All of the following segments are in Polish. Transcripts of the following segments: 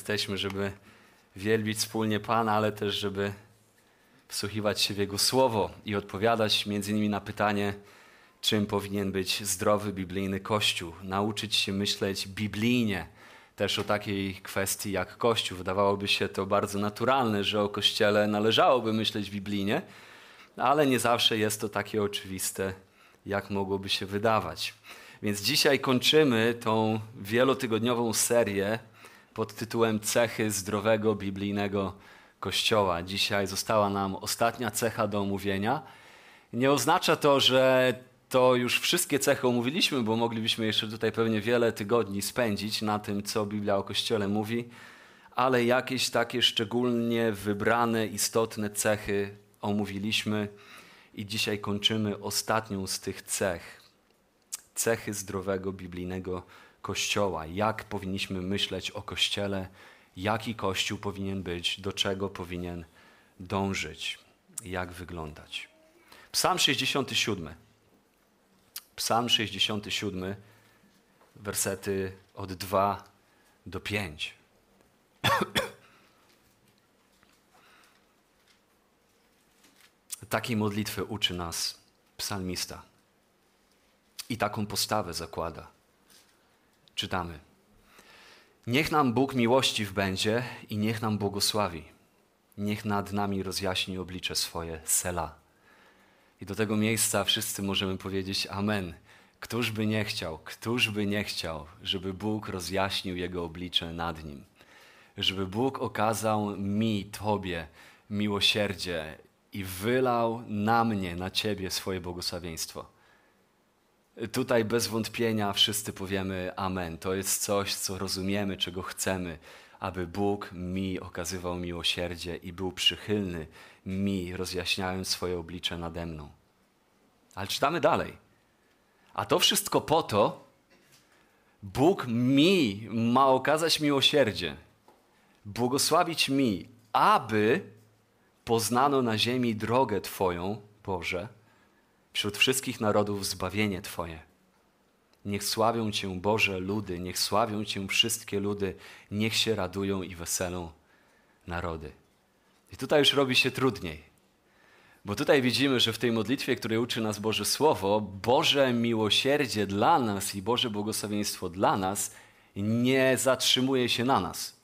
jesteśmy, żeby wielbić wspólnie Pana, ale też, żeby wsłuchiwać się w Jego Słowo i odpowiadać między innymi na pytanie, czym powinien być zdrowy, biblijny Kościół. Nauczyć się myśleć biblijnie też o takiej kwestii jak Kościół. Wydawałoby się to bardzo naturalne, że o Kościele należałoby myśleć biblijnie, ale nie zawsze jest to takie oczywiste, jak mogłoby się wydawać. Więc dzisiaj kończymy tą wielotygodniową serię pod tytułem Cechy zdrowego, biblijnego Kościoła. Dzisiaj została nam ostatnia cecha do omówienia. Nie oznacza to, że to już wszystkie cechy omówiliśmy, bo moglibyśmy jeszcze tutaj pewnie wiele tygodni spędzić na tym, co Biblia o Kościele mówi, ale jakieś takie szczególnie wybrane, istotne cechy omówiliśmy i dzisiaj kończymy ostatnią z tych cech. Cechy zdrowego, biblijnego Kościoła. Jak powinniśmy myśleć o Kościele, jaki Kościół powinien być, do czego powinien dążyć, jak wyglądać. Psalm 67. Psalm 67, wersety od 2 do 5. Takiej modlitwy uczy nas psalmista. I taką postawę zakłada. Czytamy. Niech nam Bóg miłościw będzie i niech nam błogosławi. Niech nad nami rozjaśni oblicze swoje, Sela. I do tego miejsca wszyscy możemy powiedzieć amen. Któż by nie chciał, żeby Bóg rozjaśnił Jego oblicze nad nim. Żeby Bóg okazał mi, Tobie miłosierdzie i wylał na mnie, na Ciebie swoje błogosławieństwo. Tutaj bez wątpienia wszyscy powiemy amen. To jest coś, co rozumiemy, czego chcemy, aby Bóg mi okazywał miłosierdzie i był przychylny mi, rozjaśniając swoje oblicze nade mną. Ale czytamy dalej. A to wszystko po to, Bóg mi ma okazać miłosierdzie, błogosławić mi, aby poznano na ziemi drogę Twoją, Boże, wśród wszystkich narodów zbawienie Twoje. Niech sławią Cię, Boże, ludy, niech sławią Cię wszystkie ludy, niech się radują i weselą narody. I tutaj już robi się trudniej, bo tutaj widzimy, że w tej modlitwie, której uczy nas Boże Słowo, Boże miłosierdzie dla nas i Boże błogosławieństwo dla nas nie zatrzymuje się na nas.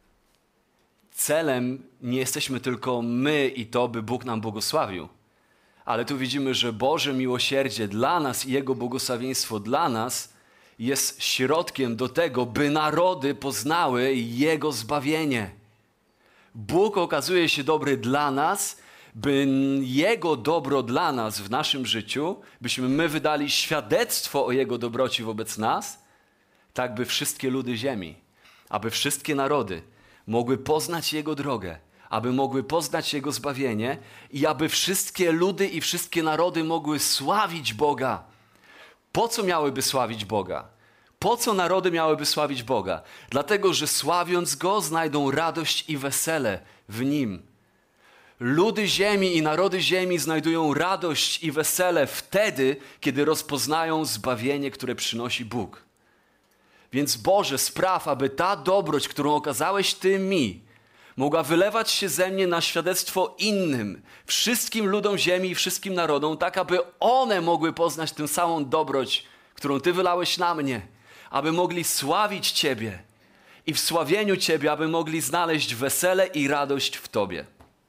Celem nie jesteśmy tylko my i to, by Bóg nam błogosławił. Ale tu widzimy, że Boże miłosierdzie dla nas i Jego błogosławieństwo dla nas jest środkiem do tego, by narody poznały Jego zbawienie. Bóg okazuje się dobry dla nas, by Jego dobro dla nas w naszym życiu, byśmy my wydali świadectwo o Jego dobroci wobec nas, tak by wszystkie ludy ziemi, aby wszystkie narody mogły poznać Jego drogę, aby mogły poznać Jego zbawienie i aby wszystkie ludy i wszystkie narody mogły sławić Boga. Po co miałyby sławić Boga? Po co narody miałyby sławić Boga? Dlatego, że sławiąc Go znajdą radość i wesele w Nim. Ludy ziemi i narody ziemi znajdują radość i wesele wtedy, kiedy rozpoznają zbawienie, które przynosi Bóg. Więc Boże, spraw, aby ta dobroć, którą okazałeś Ty mi, mogła wylewać się ze mnie na świadectwo innym, wszystkim ludom ziemi i wszystkim narodom, tak aby one mogły poznać tę samą dobroć, którą Ty wylałeś na mnie, aby mogli sławić Ciebie i w sławieniu Ciebie, aby mogli znaleźć wesele i radość w Tobie.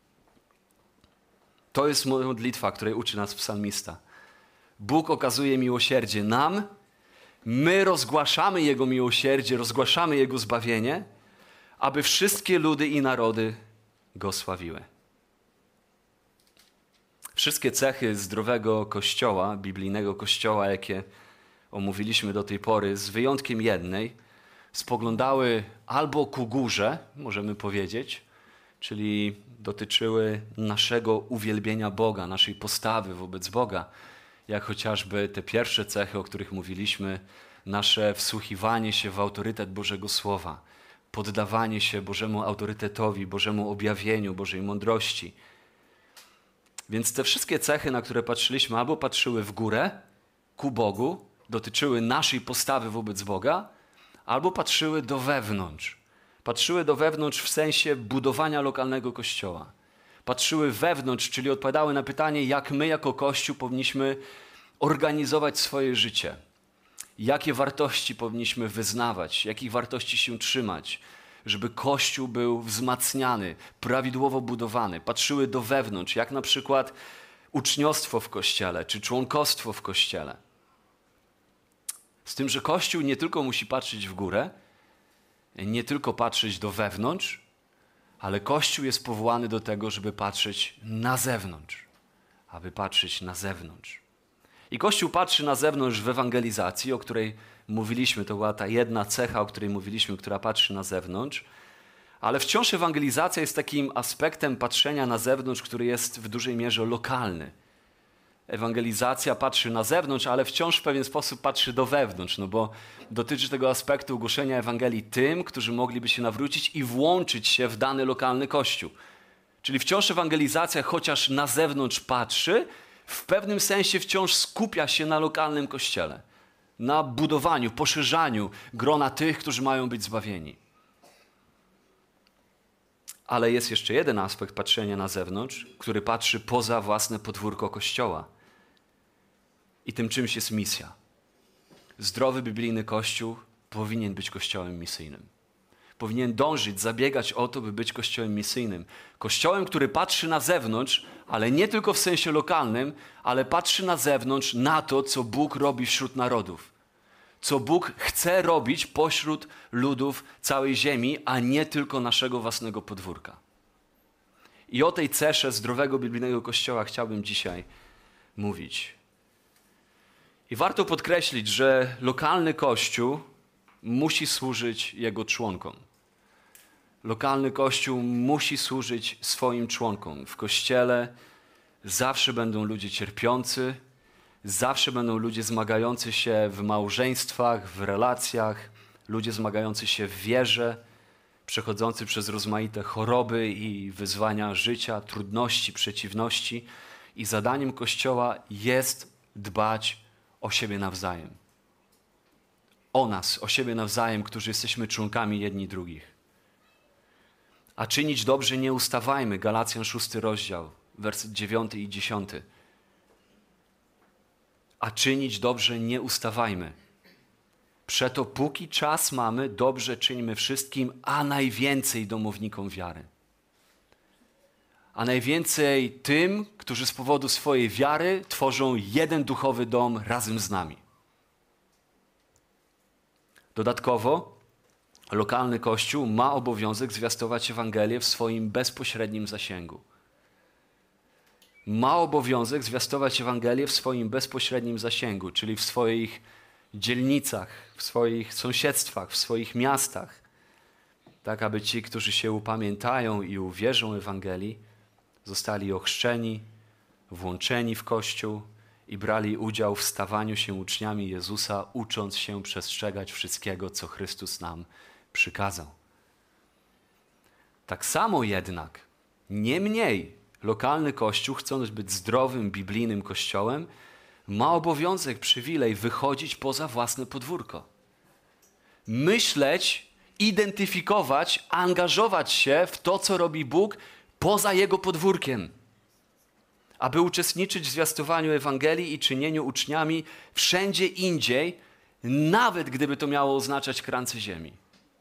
To jest modlitwa, której uczy nas psalmista. Bóg okazuje miłosierdzie nam, my rozgłaszamy Jego miłosierdzie, rozgłaszamy Jego zbawienie, aby wszystkie ludy i narody Go sławiły. Wszystkie cechy zdrowego Kościoła, biblijnego Kościoła, jakie omówiliśmy do tej pory, z wyjątkiem jednej, spoglądały albo ku górze, możemy powiedzieć, czyli dotyczyły naszego uwielbienia Boga, naszej postawy wobec Boga, jak chociażby te pierwsze cechy, o których mówiliśmy, nasze wsłuchiwanie się w autorytet Bożego Słowa, poddawanie się Bożemu autorytetowi, Bożemu objawieniu, Bożej mądrości. Więc te wszystkie cechy, na które patrzyliśmy, albo patrzyły w górę, ku Bogu, dotyczyły naszej postawy wobec Boga, albo patrzyły do wewnątrz, Patrzyły do wewnątrz w sensie budowania lokalnego kościoła. Patrzyły wewnątrz, czyli odpowiadały na pytanie, jak my jako Kościół powinniśmy organizować swoje życie. Jakie wartości powinniśmy wyznawać, jakich wartości się trzymać, żeby Kościół był wzmacniany, prawidłowo budowany. Patrzyły do wewnątrz, jak na przykład uczniostwo w Kościele, czy członkostwo w Kościele. Z tym, że Kościół nie tylko musi patrzeć w górę, nie tylko patrzeć do wewnątrz, ale Kościół jest powołany do tego, żeby patrzeć na zewnątrz. Aby patrzeć na zewnątrz. I Kościół patrzy na zewnątrz w ewangelizacji, o której mówiliśmy, to była ta jedna cecha, o której mówiliśmy, która patrzy na zewnątrz, ale wciąż ewangelizacja jest takim aspektem patrzenia na zewnątrz, który jest w dużej mierze lokalny. Ewangelizacja patrzy na zewnątrz, ale wciąż w pewien sposób patrzy do wewnątrz, no bo dotyczy tego aspektu głoszenia Ewangelii tym, którzy mogliby się nawrócić i włączyć się w dany lokalny kościół. Czyli wciąż ewangelizacja, chociaż na zewnątrz patrzy, w pewnym sensie wciąż skupia się na lokalnym kościele, na budowaniu, poszerzaniu grona tych, którzy mają być zbawieni. Ale jest jeszcze jeden aspekt patrzenia na zewnątrz, który patrzy poza własne podwórko Kościoła. I tym czymś jest misja. Zdrowy, biblijny Kościół powinien być kościołem misyjnym. Powinien dążyć, zabiegać o to, by być kościołem misyjnym. Kościołem, który patrzy na zewnątrz, ale nie tylko w sensie lokalnym, ale patrzy na zewnątrz na to, co Bóg robi wśród narodów. Co Bóg chce robić pośród ludów całej ziemi, a nie tylko naszego własnego podwórka. I o tej cesze zdrowego biblijnego Kościoła chciałbym dzisiaj mówić. I warto podkreślić, że lokalny Kościół musi służyć jego członkom. Lokalny Kościół musi służyć swoim członkom. W Kościele zawsze będą ludzie cierpiący, zawsze będą ludzie zmagający się w małżeństwach, w relacjach, ludzie zmagający się w wierze, przechodzący przez rozmaite choroby i wyzwania życia, trudności, przeciwności. I zadaniem Kościoła jest dbać o siebie nawzajem. O nas, o siebie nawzajem, którzy jesteśmy członkami jedni drugich. A czynić dobrze nie ustawajmy. Galacjan 6 rozdział, werset 9 i 10. A czynić dobrze nie ustawajmy. Przeto póki czas mamy, dobrze czyńmy wszystkim, a najwięcej domownikom wiary. A najwięcej tym, którzy z powodu swojej wiary tworzą jeden duchowy dom razem z nami. Dodatkowo lokalny Kościół ma obowiązek zwiastować Ewangelię w swoim bezpośrednim zasięgu. Ma obowiązek zwiastować Ewangelię w swoim bezpośrednim zasięgu, czyli w swoich dzielnicach, w swoich sąsiedztwach, w swoich miastach. Tak, aby ci, którzy się upamiętają i uwierzą Ewangelii, zostali ochrzczeni, włączeni w Kościół i brali udział w stawaniu się uczniami Jezusa, ucząc się przestrzegać wszystkiego, co Chrystus nam przykazał. Tak samo jednak, nie mniej, lokalny Kościół, chcąc być zdrowym, biblijnym Kościołem, ma obowiązek, przywilej wychodzić poza własne podwórko. Myśleć, identyfikować, angażować się w to, co robi Bóg poza Jego podwórkiem. Aby uczestniczyć w zwiastowaniu Ewangelii i czynieniu uczniami wszędzie indziej, nawet gdyby to miało oznaczać krańce ziemi.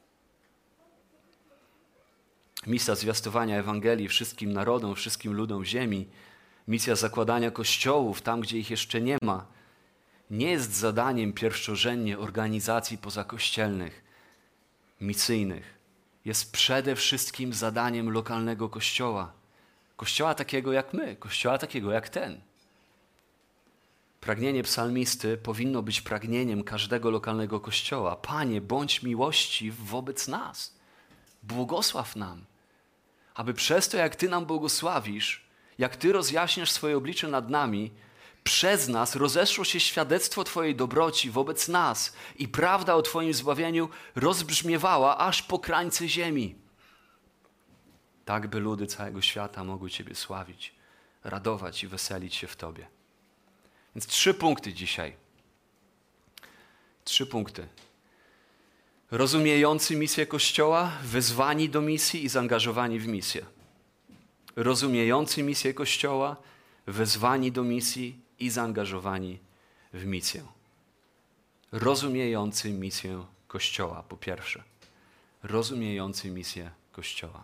Misja zwiastowania Ewangelii wszystkim narodom, wszystkim ludom ziemi, misja zakładania kościołów tam, gdzie ich jeszcze nie ma, nie jest zadaniem pierwszorzędnie organizacji pozakościelnych, misyjnych. Jest przede wszystkim zadaniem lokalnego kościoła. Kościoła takiego jak my, kościoła takiego jak ten. Pragnienie psalmisty powinno być pragnieniem każdego lokalnego kościoła. Panie, bądź miłościw wobec nas. Błogosław nam, aby przez to, jak Ty nam błogosławisz, jak Ty rozjaśniasz swoje oblicze nad nami, przez nas rozeszło się świadectwo Twojej dobroci wobec nas i prawda o Twoim zbawieniu rozbrzmiewała aż po krańce ziemi. Tak, by ludy całego świata mogły Ciebie sławić, radować i weselić się w Tobie. Więc 3 punkty dzisiaj. 3 punkty. rozumiejący misję Kościoła, wezwani do misji i zaangażowani w misję. Rozumiejący misję Kościoła, wezwani do misji i zaangażowani w misję. Rozumiejący misję Kościoła, po pierwsze. Rozumiejący misję Kościoła.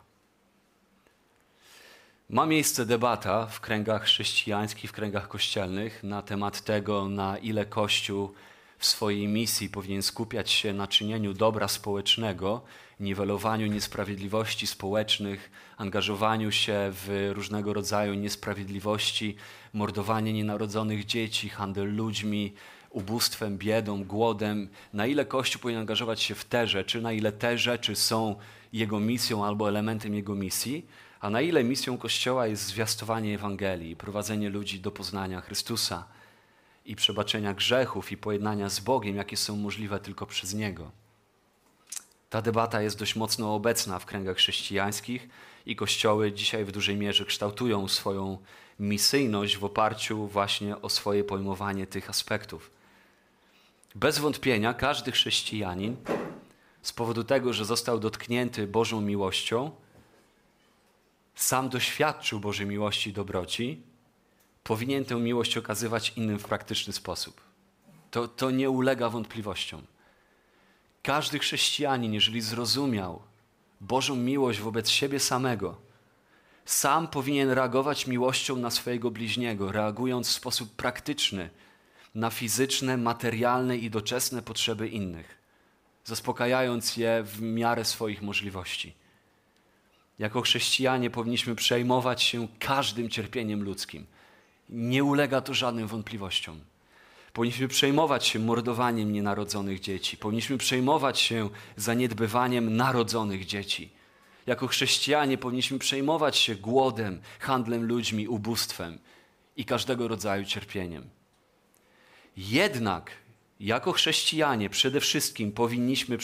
Ma miejsce debata w kręgach chrześcijańskich, w kręgach kościelnych na temat tego, na ile Kościół w swojej misji powinien skupiać się na czynieniu dobra społecznego, niwelowaniu niesprawiedliwości społecznych, angażowaniu się w różnego rodzaju niesprawiedliwości, mordowanie nienarodzonych dzieci, handel ludźmi, ubóstwem, biedą, głodem. Na ile Kościół powinien angażować się w te rzeczy, na ile te rzeczy są jego misją albo elementem jego misji, a na ile misją Kościoła jest zwiastowanie Ewangelii, prowadzenie ludzi do poznania Chrystusa i przebaczenia grzechów i pojednania z Bogiem, jakie są możliwe tylko przez Niego. Ta debata jest dość mocno obecna w kręgach chrześcijańskich i kościoły dzisiaj w dużej mierze kształtują swoją misyjność w oparciu właśnie o swoje pojmowanie tych aspektów. Bez wątpienia każdy chrześcijanin z powodu tego, że został dotknięty Bożą miłością, sam doświadczył Bożej miłości i dobroci, powinien tę miłość okazywać innym w praktyczny sposób. To nie ulega wątpliwościom. Każdy chrześcijanin, jeżeli zrozumiał Bożą miłość wobec siebie samego, sam powinien reagować miłością na swojego bliźniego, reagując w sposób praktyczny na fizyczne, materialne i doczesne potrzeby innych, zaspokajając je w miarę swoich możliwości. Jako chrześcijanie powinniśmy przejmować się każdym cierpieniem ludzkim. Nie ulega to żadnym wątpliwościom. Powinniśmy przejmować się mordowaniem nienarodzonych dzieci. Powinniśmy przejmować się zaniedbywaniem narodzonych dzieci. Jako chrześcijanie powinniśmy przejmować się głodem, handlem ludźmi, ubóstwem i każdego rodzaju cierpieniem. Jednak jako chrześcijanie przede wszystkim powinniśmy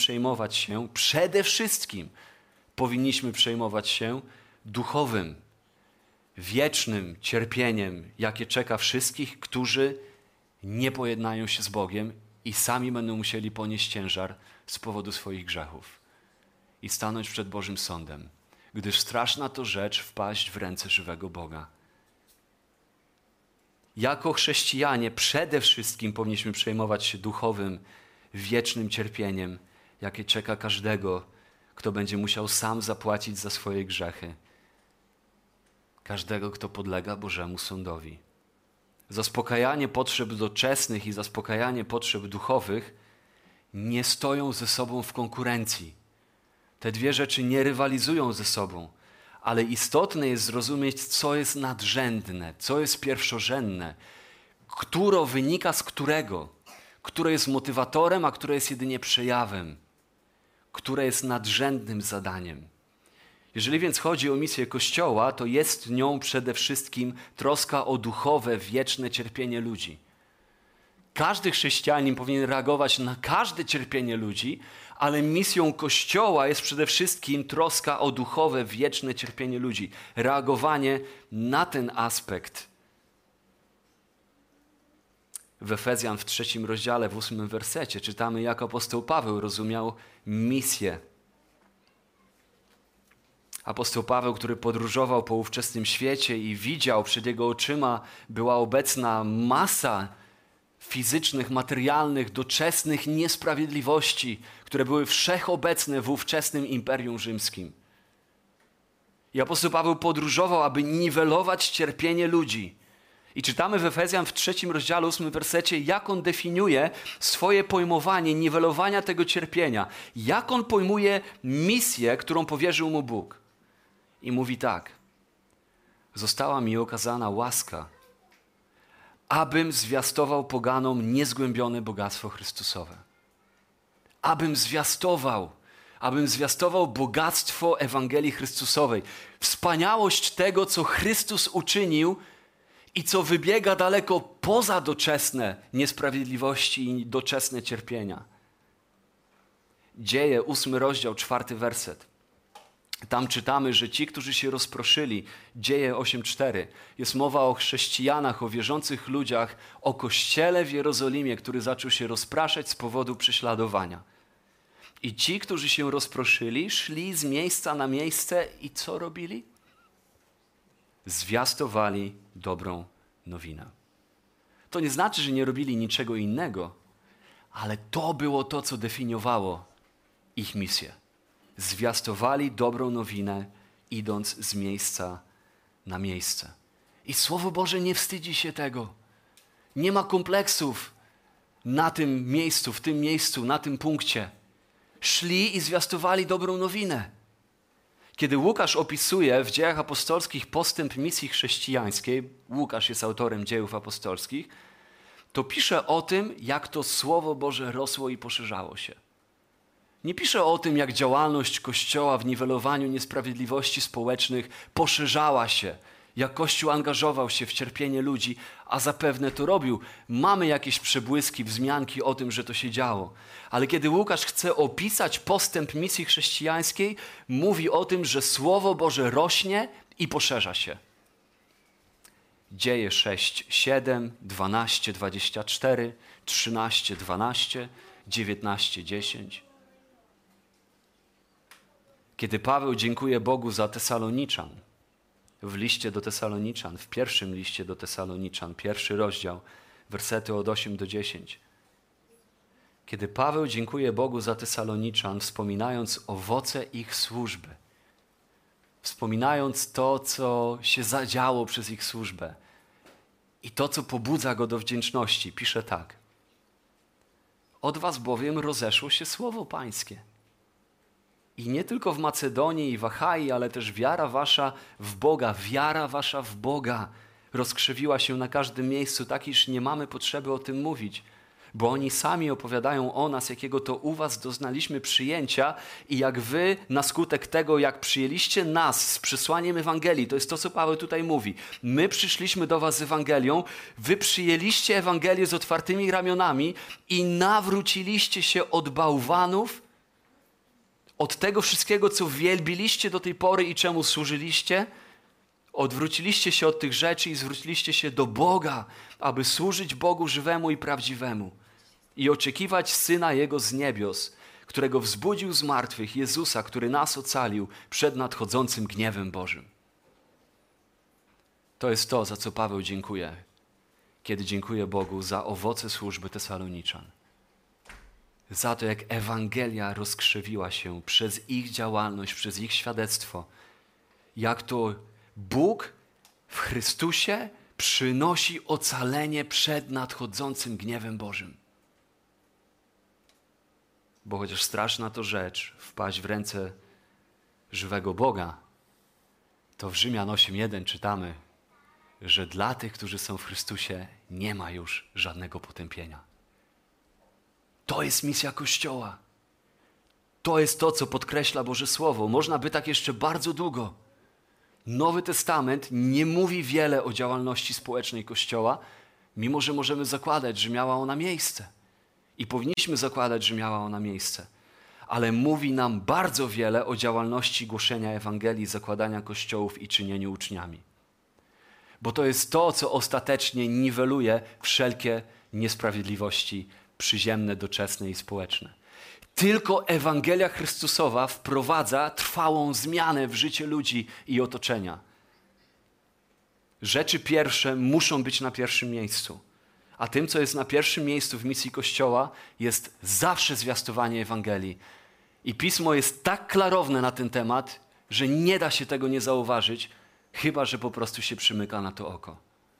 przejmować się duchowym, wiecznym cierpieniem, jakie czeka wszystkich, którzy nie pojednają się z Bogiem i sami będą musieli ponieść ciężar z powodu swoich grzechów i stanąć przed Bożym sądem, gdyż straszna to rzecz wpaść w ręce żywego Boga. Jako chrześcijanie przede wszystkim powinniśmy przejmować się duchowym, wiecznym cierpieniem, jakie czeka każdego, kto będzie musiał sam zapłacić za swoje grzechy. Każdego, kto podlega Bożemu sądowi. Zaspokajanie potrzeb doczesnych i zaspokajanie potrzeb duchowych nie stoją ze sobą w konkurencji. Te dwie rzeczy nie rywalizują ze sobą, ale istotne jest zrozumieć, co jest nadrzędne, co jest pierwszorzędne, które wynika z którego, które jest motywatorem, a które jest jedynie przejawem, które jest nadrzędnym zadaniem. Jeżeli więc chodzi o misję Kościoła, to jest nią przede wszystkim troska o duchowe, wieczne cierpienie ludzi. Każdy chrześcijanin powinien reagować na każde cierpienie ludzi, ale misją Kościoła jest przede wszystkim troska o duchowe, wieczne cierpienie ludzi. Reagowanie na ten aspekt. W Efezjan w 3 rozdziale, w 8 wersecie czytamy, jak apostoł Paweł rozumiał misję. Apostoł Paweł, który podróżował po ówczesnym świecie i widział, przed jego oczyma była obecna masa fizycznych, materialnych, doczesnych niesprawiedliwości, które były wszechobecne w ówczesnym Imperium Rzymskim. I apostoł Paweł podróżował, aby niwelować cierpienie ludzi. I czytamy w Efezjan w 3 rozdziale, 8 wersecie, jak on definiuje swoje pojmowanie niwelowania tego cierpienia. Jak on pojmuje misję, którą powierzył mu Bóg. I mówi tak: została mi okazana łaska, abym zwiastował poganom niezgłębione bogactwo Chrystusowe. Abym zwiastował bogactwo Ewangelii Chrystusowej. Wspaniałość tego, co Chrystus uczynił i co wybiega daleko poza doczesne niesprawiedliwości i doczesne cierpienia. Dzieje, 8 rozdział, 4 werset. Tam czytamy, że ci, którzy się rozproszyli, Dzieje 8:4, jest mowa o chrześcijanach, o wierzących ludziach, o Kościele w Jerozolimie, który zaczął się rozpraszać z powodu prześladowania. I ci, którzy się rozproszyli, szli z miejsca na miejsce i co robili? Zwiastowali dobrą nowinę. To nie znaczy, że nie robili niczego innego, ale to było to, co definiowało ich misję. Zwiastowali dobrą nowinę, idąc z miejsca na miejsce. I Słowo Boże nie wstydzi się tego. Nie ma kompleksów na tym miejscu, w tym miejscu, na tym punkcie. Szli i zwiastowali dobrą nowinę. Kiedy Łukasz opisuje w Dziejach Apostolskich postęp misji chrześcijańskiej, Łukasz jest autorem Dziejów Apostolskich, to pisze o tym, jak to Słowo Boże rosło i poszerzało się. Nie pisze o tym, jak działalność Kościoła w niwelowaniu niesprawiedliwości społecznych poszerzała się, jak Kościół angażował się w cierpienie ludzi, a zapewne to robił. Mamy jakieś przebłyski, wzmianki o tym, że to się działo. Ale kiedy Łukasz chce opisać postęp misji chrześcijańskiej, mówi o tym, że Słowo Boże rośnie i poszerza się. Dzieje 6, 7, 12, 24, 13, 12, 19, 10. Kiedy Paweł dziękuje Bogu za Tesaloniczan, w liście do Tesaloniczan, w pierwszym liście do Tesaloniczan, 1 rozdział, wersety od 8 do 10. Kiedy Paweł dziękuje Bogu za Tesaloniczan, wspominając owoce ich służby, wspominając to, co się zadziało przez ich służbę i to, co pobudza go do wdzięczności, pisze tak. Od was bowiem rozeszło się słowo pańskie. I nie tylko w Macedonii i w Achai, ale też wiara wasza w Boga rozkrzewiła się na każdym miejscu, tak iż nie mamy potrzeby o tym mówić. Bo oni sami opowiadają o nas, jakiego to u was doznaliśmy przyjęcia i jak wy na skutek tego, jak przyjęliście nas z przesłaniem Ewangelii, to jest to, co Paweł tutaj mówi. My przyszliśmy do was z Ewangelią, wy przyjęliście Ewangelię z otwartymi ramionami i nawróciliście się od bałwanów, od tego wszystkiego, co wielbiliście do tej pory i czemu służyliście, odwróciliście się od tych rzeczy i zwróciliście się do Boga, aby służyć Bogu żywemu i prawdziwemu i oczekiwać Syna Jego z niebios, którego wzbudził z martwych, Jezusa, który nas ocalił przed nadchodzącym gniewem Bożym. To jest to, za co Paweł dziękuje, kiedy dziękuje Bogu za owoce służby Tesaloniczan. Za to, jak Ewangelia rozkrzewiła się przez ich działalność, przez ich świadectwo. Jak to Bóg w Chrystusie przynosi ocalenie przed nadchodzącym gniewem Bożym. Bo chociaż straszna to rzecz wpaść w ręce żywego Boga, to w Rzymian 8:1 czytamy, że dla tych, którzy są w Chrystusie, nie ma już żadnego potępienia. To jest misja Kościoła. To jest to, co podkreśla Boże Słowo. Można by tak jeszcze bardzo długo. Nowy Testament nie mówi wiele o działalności społecznej Kościoła, mimo że możemy zakładać, że miała ona miejsce. I powinniśmy zakładać, że miała ona miejsce. Ale mówi nam bardzo wiele o działalności głoszenia Ewangelii, zakładania kościołów i czynieniu uczniami. Bo to jest to, co ostatecznie niweluje wszelkie niesprawiedliwości przyziemne, doczesne i społeczne. Tylko Ewangelia Chrystusowa wprowadza trwałą zmianę w życie ludzi i otoczenia. Rzeczy pierwsze muszą być na pierwszym miejscu. A tym, co jest na pierwszym miejscu w misji Kościoła, jest zawsze zwiastowanie Ewangelii. I Pismo jest tak klarowne na ten temat, że nie da się tego nie zauważyć, chyba że po prostu się przymyka na to oko.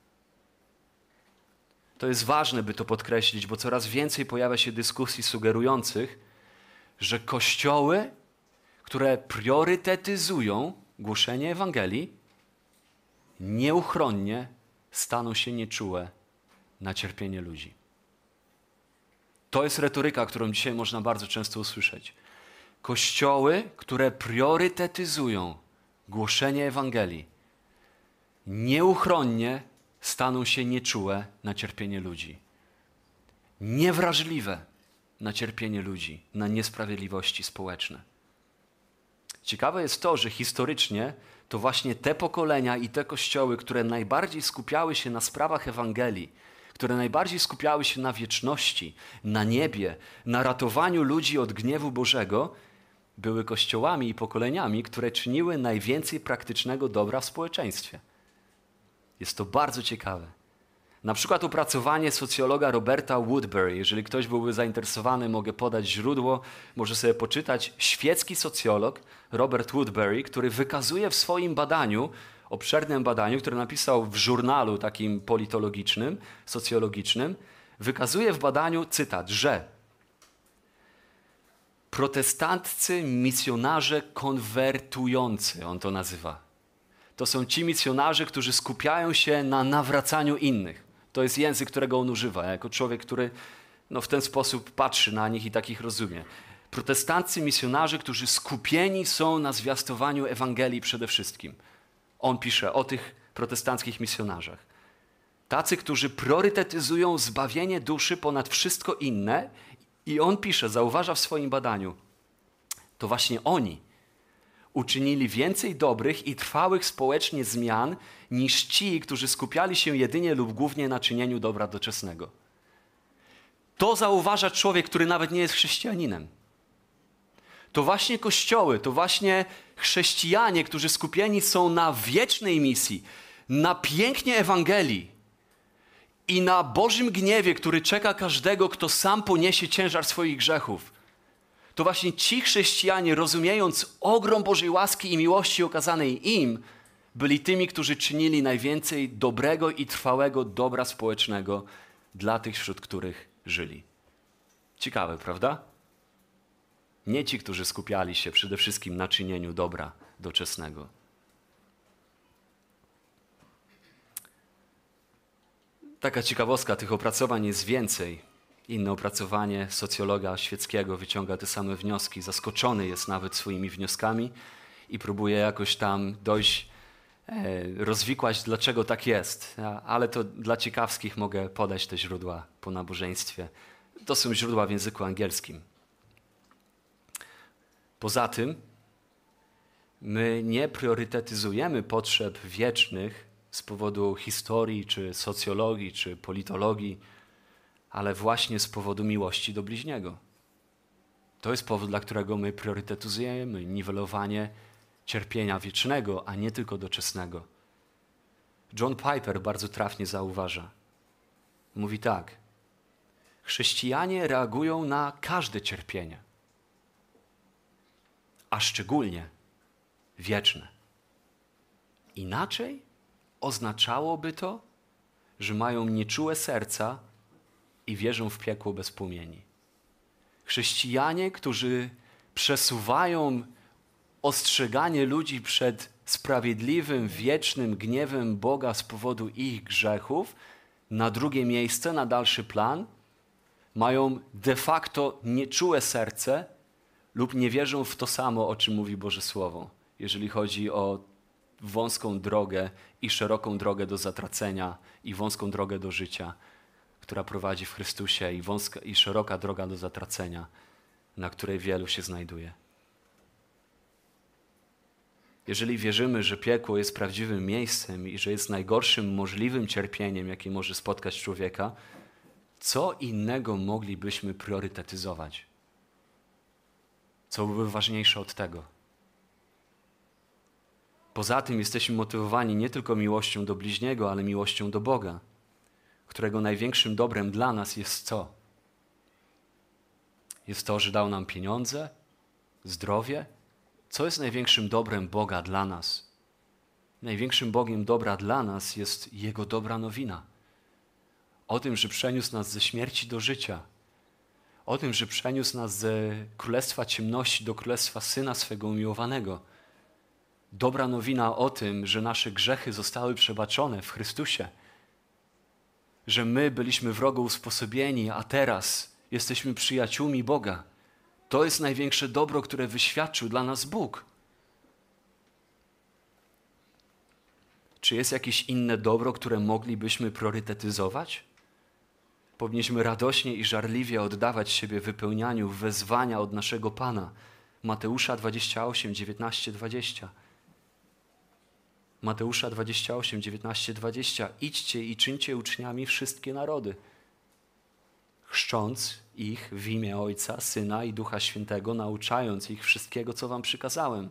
To jest ważne, by to podkreślić, bo coraz więcej pojawia się dyskusji sugerujących, że kościoły, które priorytetyzują głoszenie Ewangelii, nieuchronnie staną się nieczułe na cierpienie ludzi. To jest retoryka, którą dzisiaj można bardzo często usłyszeć. Kościoły, które priorytetyzują głoszenie Ewangelii, nieuchronnie staną się nieczułe na cierpienie ludzi. Niewrażliwe na cierpienie ludzi, na niesprawiedliwości społeczne. Ciekawe jest to, że historycznie to właśnie te pokolenia i te kościoły, które najbardziej skupiały się na sprawach Ewangelii, które najbardziej skupiały się na wieczności, na niebie, na ratowaniu ludzi od gniewu Bożego, były kościołami i pokoleniami, które czyniły najwięcej praktycznego dobra w społeczeństwie. Jest to bardzo ciekawe. Na przykład opracowanie socjologa Roberta Woodbury. Jeżeli ktoś byłby zainteresowany, mogę podać źródło, może sobie poczytać. Świecki socjolog Robert Woodbury, który wykazuje w swoim badaniu, obszernym badaniu, które napisał w żurnalu takim politologicznym, socjologicznym, wykazuje w badaniu, cytat, że protestanccy misjonarze konwertujący, on to nazywa. To są ci misjonarze, którzy skupiają się na nawracaniu innych. To jest język, którego on używa, jako człowiek, który w ten sposób patrzy na nich i takich rozumie. Protestanccy misjonarze, którzy skupieni są na zwiastowaniu Ewangelii przede wszystkim. On pisze o tych protestanckich misjonarzach. Tacy, którzy priorytetyzują zbawienie duszy ponad wszystko inne. I on pisze, zauważa w swoim badaniu, to właśnie oni uczynili więcej dobrych i trwałych społecznie zmian niż ci, którzy skupiali się jedynie lub głównie na czynieniu dobra doczesnego. To zauważa człowiek, który nawet nie jest chrześcijaninem. To właśnie kościoły, to właśnie chrześcijanie, którzy skupieni są na wiecznej misji, na pięknie Ewangelii i na Bożym gniewie, który czeka każdego, kto sam poniesie ciężar swoich grzechów. To właśnie ci chrześcijanie, rozumiejąc ogrom Bożej łaski i miłości okazanej im, byli tymi, którzy czynili najwięcej dobrego i trwałego dobra społecznego dla tych, wśród których żyli. Ciekawe, prawda? Nie ci, którzy skupiali się przede wszystkim na czynieniu dobra doczesnego. Taka ciekawostka, tych opracowań jest więcej. Inne opracowanie socjologa świeckiego wyciąga te same wnioski. Zaskoczony jest nawet swoimi wnioskami i próbuje jakoś tam dojść, rozwikłać, dlaczego tak jest. Ale to dla ciekawskich mogę podać te źródła po nabożeństwie. To są źródła w języku angielskim. Poza tym my nie priorytetyzujemy potrzeb wiecznych z powodu historii, czy socjologii, czy politologii, ale właśnie z powodu miłości do bliźniego. To jest powód, dla którego my priorytetyzujemy niwelowanie cierpienia wiecznego, a nie tylko doczesnego. John Piper bardzo trafnie zauważa. Mówi tak. Chrześcijanie reagują na każde cierpienie, a szczególnie wieczne. Inaczej oznaczałoby to, że mają nieczułe serca i wierzą w piekło bez płomieni. Chrześcijanie, którzy przesuwają ostrzeganie ludzi przed sprawiedliwym, wiecznym gniewem Boga z powodu ich grzechów na drugie miejsce, na dalszy plan, mają de facto nieczułe serce lub nie wierzą w to samo, o czym mówi Boże Słowo, jeżeli chodzi o wąską drogę i szeroką drogę do zatracenia i wąską drogę do życia, która prowadzi w Chrystusie i wąska i szeroka droga do zatracenia, na której wielu się znajduje. Jeżeli wierzymy, że piekło jest prawdziwym miejscem i że jest najgorszym możliwym cierpieniem, jakie może spotkać człowieka, co innego moglibyśmy priorytetyzować? Co byłoby ważniejsze od tego? Poza tym jesteśmy motywowani nie tylko miłością do bliźniego, ale miłością do Boga, którego największym dobrem dla nas jest co? Jest to, że dał nam pieniądze, zdrowie? Co jest największym dobrem Boga dla nas? Największym Bogiem dobra dla nas jest Jego dobra nowina. O tym, że przeniósł nas ze śmierci do życia. O tym, że przeniósł nas ze królestwa ciemności do królestwa Syna swego umiłowanego. Dobra nowina o tym, że nasze grzechy zostały przebaczone w Chrystusie. Że my byliśmy wrogo usposobieni, a teraz jesteśmy przyjaciółmi Boga. To jest największe dobro, które wyświadczył dla nas Bóg. Czy jest jakieś inne dobro, które moglibyśmy priorytetyzować? Powinniśmy radośnie i żarliwie oddawać siebie wypełnianiu wezwania od naszego Pana. Mateusza 28, 19, 20. Mateusza 28, 19, 20. Idźcie i czyńcie uczniami wszystkie narody, chrzcząc ich w imię Ojca, Syna i Ducha Świętego, nauczając ich wszystkiego, co wam przykazałem.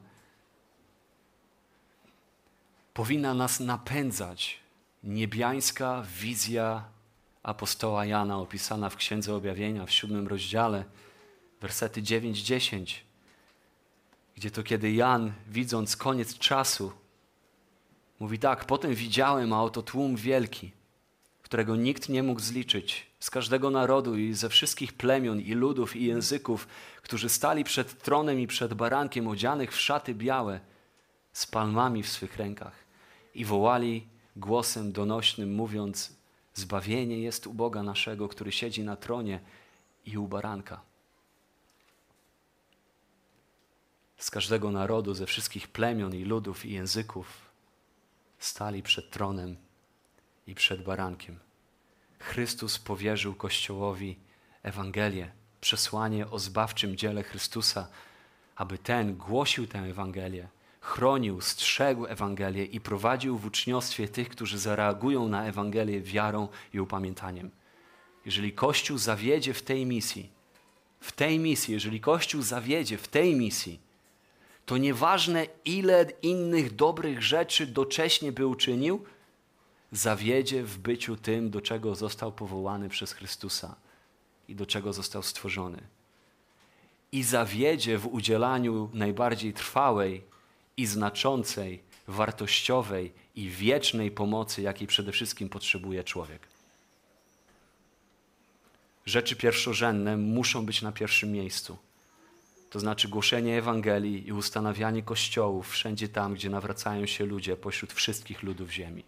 Powinna nas napędzać niebiańska wizja apostoła Jana, opisana w Księdze Objawienia w 7 rozdziale, wersety 9-10, gdzie to kiedy Jan, widząc koniec czasu, mówi tak: potem widziałem, a oto tłum wielki, którego nikt nie mógł zliczyć, z każdego narodu i ze wszystkich plemion i ludów i języków, którzy stali przed tronem i przed barankiem, odzianych w szaty białe, z palmami w swych rękach i wołali głosem donośnym, mówiąc: zbawienie jest u Boga naszego, który siedzi na tronie i u baranka. Z każdego narodu, ze wszystkich plemion i ludów i języków stali przed tronem i przed barankiem. Chrystus powierzył Kościołowi Ewangelię, przesłanie o zbawczym dziele Chrystusa, aby ten głosił tę Ewangelię, chronił, strzegł Ewangelię i prowadził w uczniostwie tych, którzy zareagują na Ewangelię wiarą i upamiętaniem. Jeżeli Kościół zawiedzie w tej misji, jeżeli Kościół zawiedzie w tej misji, to nieważne ile innych dobrych rzeczy docześnie by uczynił, zawiedzie w byciu tym, do czego został powołany przez Chrystusa i do czego został stworzony. I zawiedzie w udzielaniu najbardziej trwałej i znaczącej, wartościowej i wiecznej pomocy, jakiej przede wszystkim potrzebuje człowiek. Rzeczy pierwszorzędne muszą być na pierwszym miejscu. To znaczy głoszenie Ewangelii i ustanawianie kościołów wszędzie tam, gdzie nawracają się ludzie pośród wszystkich ludów ziemi.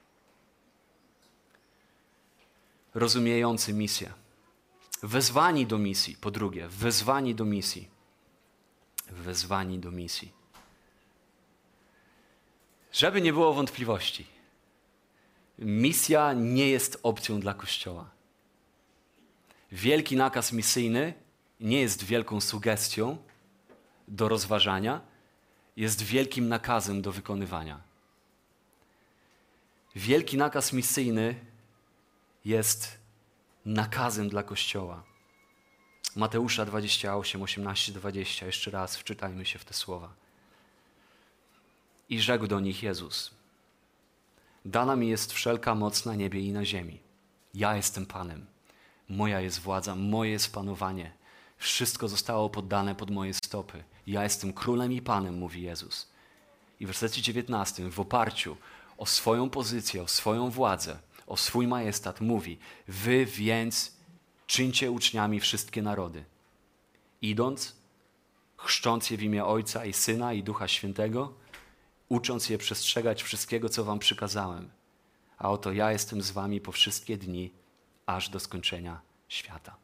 Rozumiejący misję. Wezwani do misji, po drugie, wezwani do misji. Wezwani do misji. Żeby nie było wątpliwości, misja nie jest opcją dla Kościoła. Wielki nakaz misyjny nie jest wielką sugestią do rozważania, jest wielkim nakazem do wykonywania. Wielki nakaz misyjny jest nakazem dla Kościoła. Mateusza 28, 18, 20. Jeszcze raz wczytajmy się w te słowa. I rzekł do nich Jezus: dana mi jest wszelka moc na niebie i na ziemi. Ja jestem Panem. Moja jest władza, moje jest panowanie. Wszystko zostało poddane pod moje stopy. Ja jestem królem i Panem, mówi Jezus. I w wersecie 19, w oparciu o swoją pozycję, o swoją władzę, o swój majestat mówi: wy więc czyńcie uczniami wszystkie narody, idąc, chrzcząc je w imię Ojca i Syna i Ducha Świętego, ucząc je przestrzegać wszystkiego, co wam przykazałem. A oto ja jestem z wami po wszystkie dni, aż do skończenia świata.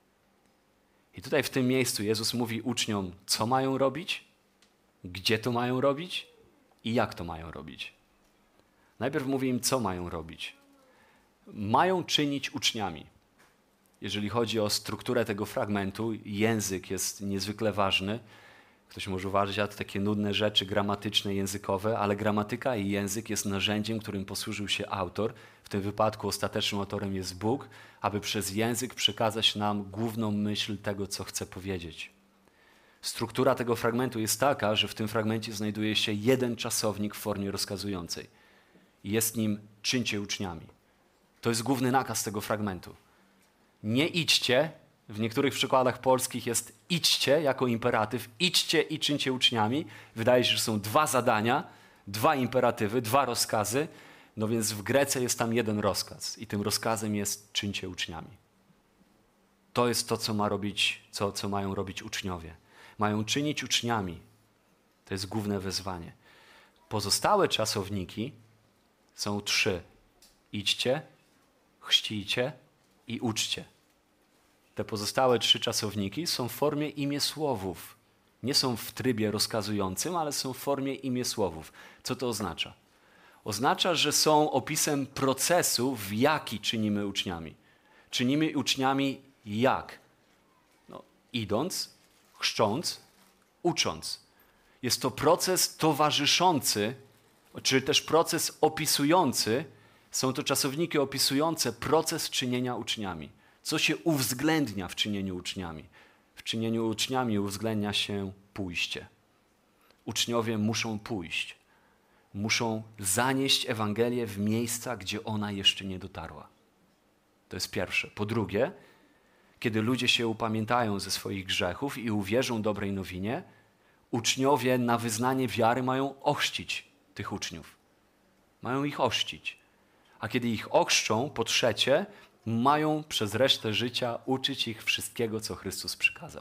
I tutaj w tym miejscu Jezus mówi uczniom, co mają robić, gdzie to mają robić i jak to mają robić. Najpierw mówi im, co mają robić. Mają czynić uczniami. Jeżeli chodzi o strukturę tego fragmentu, język jest niezwykle ważny. Ktoś może uważać, że to takie nudne rzeczy gramatyczne, językowe, ale gramatyka i język jest narzędziem, którym posłużył się autor. W tym wypadku ostatecznym autorem jest Bóg, aby przez język przekazać nam główną myśl tego, co chce powiedzieć. Struktura tego fragmentu jest taka, że w tym fragmencie znajduje się jeden czasownik w formie rozkazującej. Jest nim czyńcie uczniami. To jest główny nakaz tego fragmentu. Nie idźcie, w niektórych przykładach polskich jest idźcie jako imperatyw, idźcie i czyńcie uczniami. Wydaje się, że są dwa zadania, dwa imperatywy, dwa rozkazy, no więc w Grece jest tam jeden rozkaz i tym rozkazem jest czyńcie uczniami. To jest to, co ma robić, co mają robić uczniowie. Mają czynić uczniami. To jest główne wezwanie. Pozostałe czasowniki są 3. Idźcie, chrzcijcie i uczcie. Te pozostałe 3 czasowniki są w formie imiesłowów. Nie są w trybie rozkazującym, ale są w formie imiesłowów. Co to oznacza? Oznacza, że są opisem procesu, w jaki czynimy uczniami. Czynimy uczniami jak? No, idąc, chrzcząc, ucząc. Jest to proces towarzyszący czy też proces opisujący, są to czasowniki opisujące proces czynienia uczniami. Co się uwzględnia w czynieniu uczniami? W czynieniu uczniami uwzględnia się pójście. Uczniowie muszą pójść. Muszą zanieść Ewangelię w miejsca, gdzie ona jeszcze nie dotarła. To jest pierwsze. Po drugie, kiedy ludzie się upamiętają ze swoich grzechów i uwierzą dobrej nowinie, uczniowie na wyznanie wiary mają ochrzcić tych uczniów. Mają ich ochrzcić. A kiedy ich ochrzczą, po trzecie, mają przez resztę życia uczyć ich wszystkiego, co Chrystus przykazał.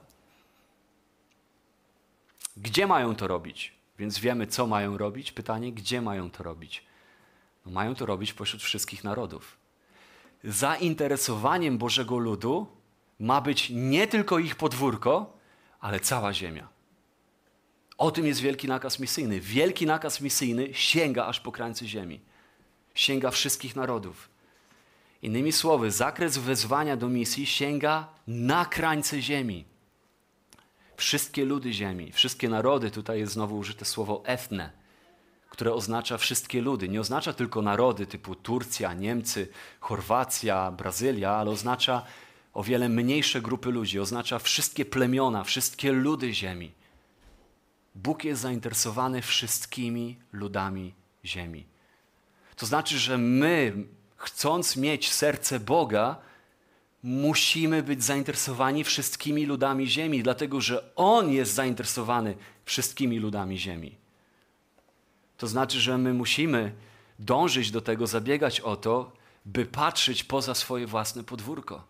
Gdzie mają to robić? Więc wiemy, co mają robić. Pytanie, gdzie mają to robić? No, mają to robić pośród wszystkich narodów. Zainteresowaniem Bożego ludu ma być nie tylko ich podwórko, ale cała ziemia. O tym jest wielki nakaz misyjny. Wielki nakaz misyjny sięga aż po krańce ziemi. Sięga wszystkich narodów. Innymi słowy, zakres wezwania do misji sięga na krańce ziemi. Wszystkie ludy ziemi, wszystkie narody, tutaj jest znowu użyte słowo ethne, które oznacza wszystkie ludy. Nie oznacza tylko narody typu Turcja, Niemcy, Chorwacja, Brazylia, ale oznacza o wiele mniejsze grupy ludzi. Oznacza wszystkie plemiona, wszystkie ludy ziemi. Bóg jest zainteresowany wszystkimi ludami ziemi. To znaczy, że my, chcąc mieć serce Boga, musimy być zainteresowani wszystkimi ludami ziemi, dlatego że On jest zainteresowany wszystkimi ludami ziemi. To znaczy, że my musimy dążyć do tego, zabiegać o to, by patrzeć poza swoje własne podwórko.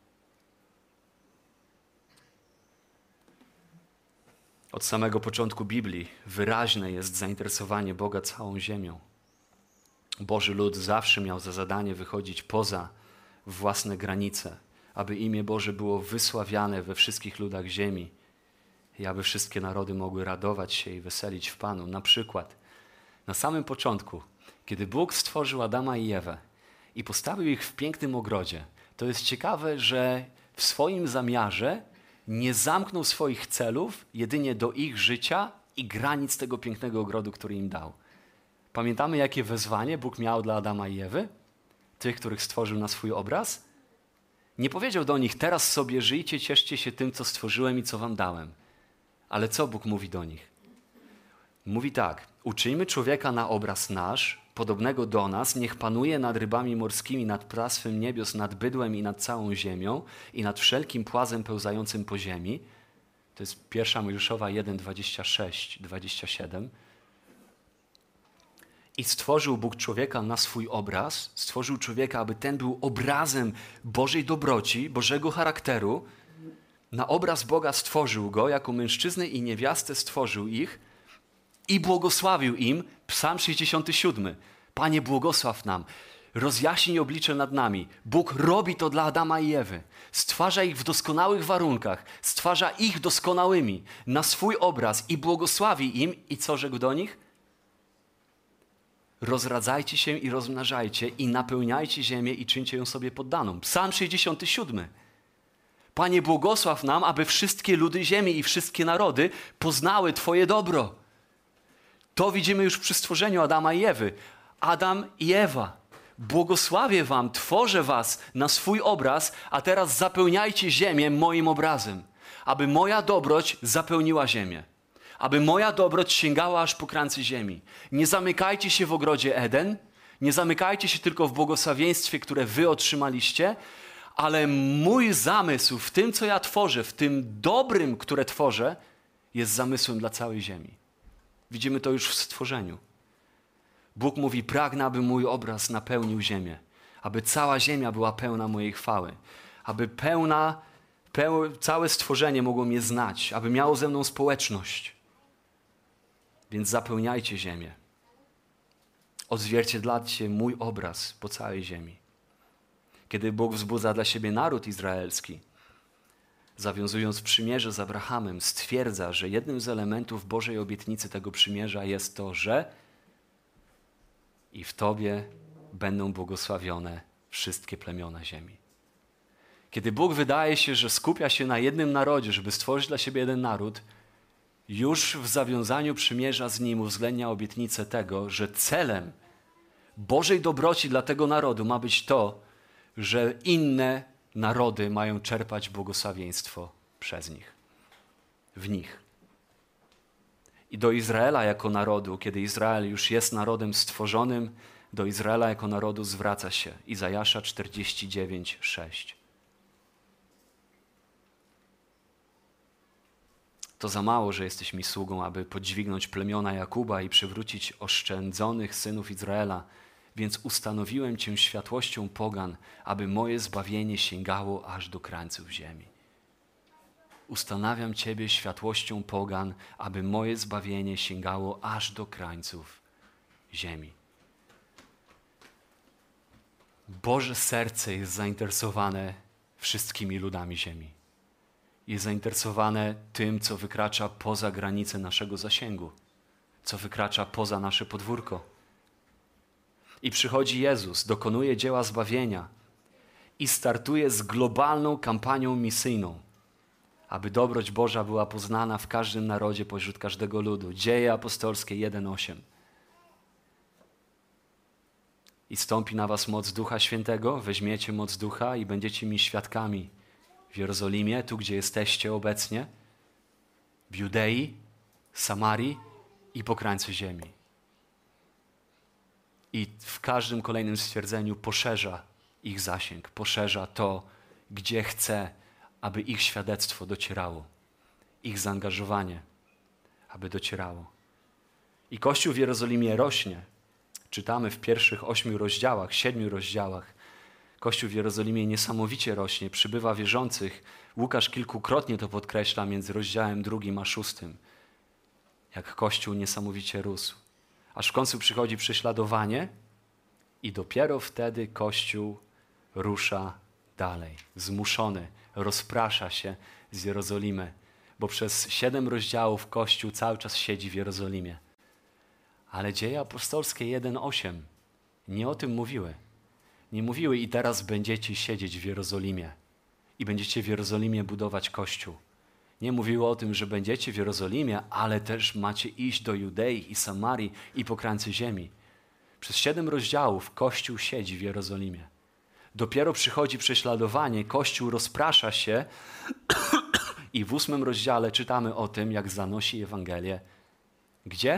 Od samego początku Biblii wyraźne jest zainteresowanie Boga całą ziemią. Boży lud zawsze miał za zadanie wychodzić poza własne granice, aby imię Boże było wysławiane we wszystkich ludach ziemi i aby wszystkie narody mogły radować się i weselić w Panu. Na przykład na samym początku, kiedy Bóg stworzył Adama i Ewę i postawił ich w pięknym ogrodzie, to jest ciekawe, że w swoim zamiarze nie zamknął swoich celów jedynie do ich życia i granic tego pięknego ogrodu, który im dał. Pamiętamy, jakie wezwanie Bóg miał dla Adama i Ewy? Tych, których stworzył na swój obraz? Nie powiedział do nich, teraz sobie żyjcie, cieszcie się tym, co stworzyłem i co wam dałem. Ale co Bóg mówi do nich? Mówi tak, uczyńmy człowieka na obraz nasz, podobnego do nas, niech panuje nad rybami morskimi, nad ptactwem niebios, nad bydłem i nad całą ziemią i nad wszelkim płazem pełzającym po ziemi. To jest 1 Mojżeszowa 1, 26, 27. I stworzył Bóg człowieka na swój obraz, stworzył człowieka, aby ten był obrazem Bożej dobroci, Bożego charakteru. Na obraz Boga stworzył go, jako mężczyznę i niewiastę stworzył ich i błogosławił im. Psalm 67. Panie, błogosław nam, rozjaśnij oblicze nad nami. Bóg robi to dla Adama i Ewy. Stwarza ich w doskonałych warunkach, stwarza ich doskonałymi na swój obraz i błogosławi im. I co rzekł do nich? Rozradzajcie się i rozmnażajcie i napełniajcie ziemię i czyńcie ją sobie poddaną. Psalm 67. Panie, błogosław nam, aby wszystkie ludy ziemi i wszystkie narody poznały Twoje dobro. To widzimy już przy stworzeniu Adama i Ewy. Adam i Ewa, błogosławię wam, tworzę was na swój obraz, a teraz zapełniajcie ziemię moim obrazem, aby moja dobroć zapełniła ziemię. Aby moja dobroć sięgała aż po krańce ziemi. Nie zamykajcie się w ogrodzie Eden, nie zamykajcie się tylko w błogosławieństwie, które wy otrzymaliście, ale mój zamysł w tym, co ja tworzę, w tym dobrym, które tworzę, jest zamysłem dla całej ziemi. Widzimy to już w stworzeniu. Bóg mówi, pragnę, aby mój obraz napełnił ziemię, aby cała ziemia była pełna mojej chwały, aby całe stworzenie mogło mnie znać, aby miało ze mną społeczność. Więc zapełniajcie ziemię. Odzwierciedlacie mój obraz po całej ziemi. Kiedy Bóg wzbudza dla siebie naród izraelski, zawiązując przymierze z Abrahamem, stwierdza, że jednym z elementów Bożej obietnicy tego przymierza jest to, że i w Tobie będą błogosławione wszystkie plemiona ziemi. Kiedy Bóg wydaje się, że skupia się na jednym narodzie, żeby stworzyć dla siebie jeden naród, już w zawiązaniu przymierza z Nim uwzględnia obietnicę tego, że celem Bożej dobroci dla tego narodu ma być to, że inne narody mają czerpać błogosławieństwo przez nich, w nich. I do Izraela jako narodu, kiedy Izrael już jest narodem stworzonym, do Izraela jako narodu zwraca się Izajasza 49:6. To za mało, że jesteś mi sługą, aby podźwignąć plemiona Jakuba i przywrócić oszczędzonych synów Izraela, więc ustanowiłem Cię światłością pogan, aby moje zbawienie sięgało aż do krańców ziemi. Ustanawiam Ciebie światłością pogan, aby moje zbawienie sięgało aż do krańców ziemi. Boże serce jest zainteresowane wszystkimi ludami ziemi. Jest zainteresowane tym, co wykracza poza granice naszego zasięgu, co wykracza poza nasze podwórko. I przychodzi Jezus, dokonuje dzieła zbawienia i startuje z globalną kampanią misyjną, aby dobroć Boża była poznana w każdym narodzie pośród każdego ludu. Dzieje apostolskie 1:8. I stąpi na was moc Ducha Świętego, weźmiecie moc Ducha i będziecie mi świadkami w Jerozolimie, tu gdzie jesteście obecnie, w Judei, Samarii i po krańcu ziemi. I w każdym kolejnym stwierdzeniu poszerza ich zasięg, poszerza to, gdzie chce, aby ich świadectwo docierało, ich zaangażowanie, aby docierało. I Kościół w Jerozolimie rośnie. Czytamy w pierwszych 8 rozdziałach, 7 rozdziałach. Kościół w Jerozolimie niesamowicie rośnie, przybywa wierzących. Łukasz kilkukrotnie to podkreśla między rozdziałem 2 a 6. Jak Kościół niesamowicie rósł. Aż w końcu przychodzi prześladowanie i dopiero wtedy Kościół rusza dalej. Zmuszony, rozprasza się z Jerozolimy, bo przez 7 rozdziałów Kościół cały czas siedzi w Jerozolimie. Ale Dzieje apostolskie 1:8 nie o tym mówiły. Nie mówiły i teraz będziecie siedzieć w Jerozolimie i będziecie w Jerozolimie budować Kościół. Nie mówiło o tym, że będziecie w Jerozolimie, ale też macie iść do Judei i Samarii i po krańcu ziemi. Przez 7 rozdziałów Kościół siedzi w Jerozolimie. Dopiero przychodzi prześladowanie, Kościół rozprasza się i w 8 rozdziale czytamy o tym, jak zanosi Ewangelię. Gdzie?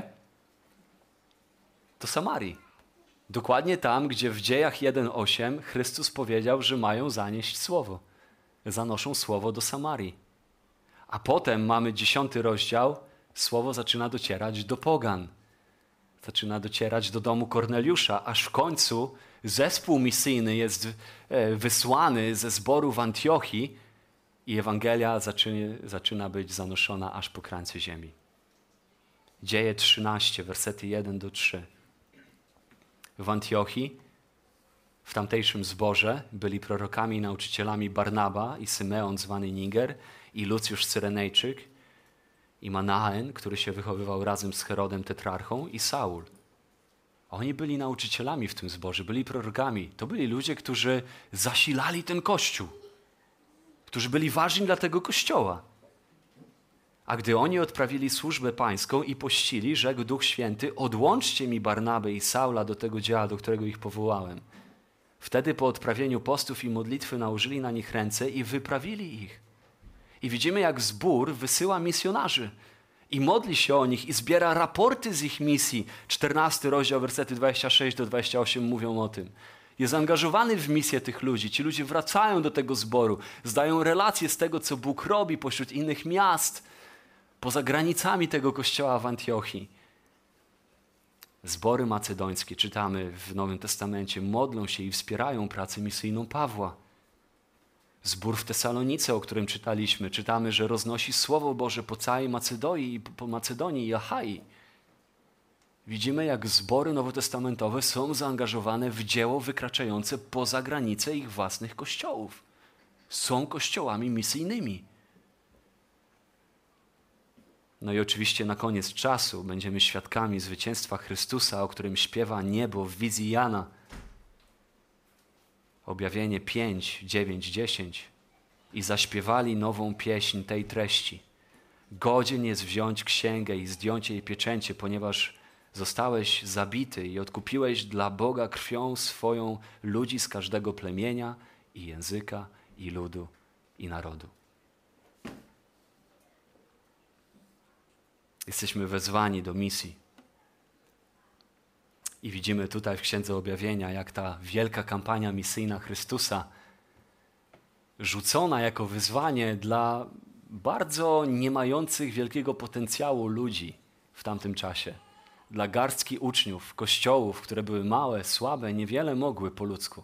Do Samarii. Dokładnie tam, gdzie w Dziejach 1:8 Chrystus powiedział, że mają zanieść słowo. Zanoszą słowo do Samarii. A potem mamy 10 rozdział, słowo zaczyna docierać do pogan. Zaczyna docierać do domu Korneliusza, aż w końcu zespół misyjny jest wysłany ze zboru w Antiochii i Ewangelia zaczyna być zanoszona aż po krańcu ziemi. Dzieje 13, wersety 1-3. W Antiochii, w tamtejszym zborze, byli prorokami i nauczycielami Barnaba i Symeon zwany Niger i Lucjusz Cyrenejczyk i Manaen, który się wychowywał razem z Herodem Tetrarchą i Saul. Oni byli nauczycielami w tym zborze, byli prorokami. To byli ludzie, którzy zasilali ten kościół, którzy byli ważni dla tego kościoła. A gdy oni odprawili służbę pańską i pościli, rzekł Duch Święty, odłączcie mi Barnabę i Saula do tego dzieła, do którego ich powołałem. Wtedy po odprawieniu postów i modlitwy nałożyli na nich ręce i wyprawili ich. I widzimy, jak zbór wysyła misjonarzy i modli się o nich i zbiera raporty z ich misji. 14 rozdział, wersety 26-28 mówią o tym. Jest zaangażowany w misję tych ludzi. Ci ludzie wracają do tego zboru, zdają relacje z tego, co Bóg robi pośród innych miast, poza granicami tego kościoła w Antiochii. Zbory macedońskie, czytamy w Nowym Testamencie, modlą się i wspierają pracę misyjną Pawła. Zbór w Tesalonice, o którym czytaliśmy, czytamy, że roznosi Słowo Boże po całej Macedonii i Achai. Widzimy, jak zbory nowotestamentowe są zaangażowane w dzieło wykraczające poza granice ich własnych kościołów. Są kościołami misyjnymi. No i oczywiście na koniec czasu będziemy świadkami zwycięstwa Chrystusa, o którym śpiewa niebo w wizji Jana. Objawienie 5, 9, 10. I zaśpiewali nową pieśń tej treści. Godzien jest wziąć księgę i zdjąć jej pieczęcie, ponieważ zostałeś zabity i odkupiłeś dla Boga krwią swoją ludzi z każdego plemienia i języka i ludu i narodu. Jesteśmy wezwani do misji. I widzimy tutaj w Księdze Objawienia, jak ta wielka kampania misyjna Chrystusa, rzucona jako wyzwanie dla bardzo nie mających wielkiego potencjału ludzi w tamtym czasie. Dla garstki uczniów, kościołów, które były małe, słabe, niewiele mogły po ludzku.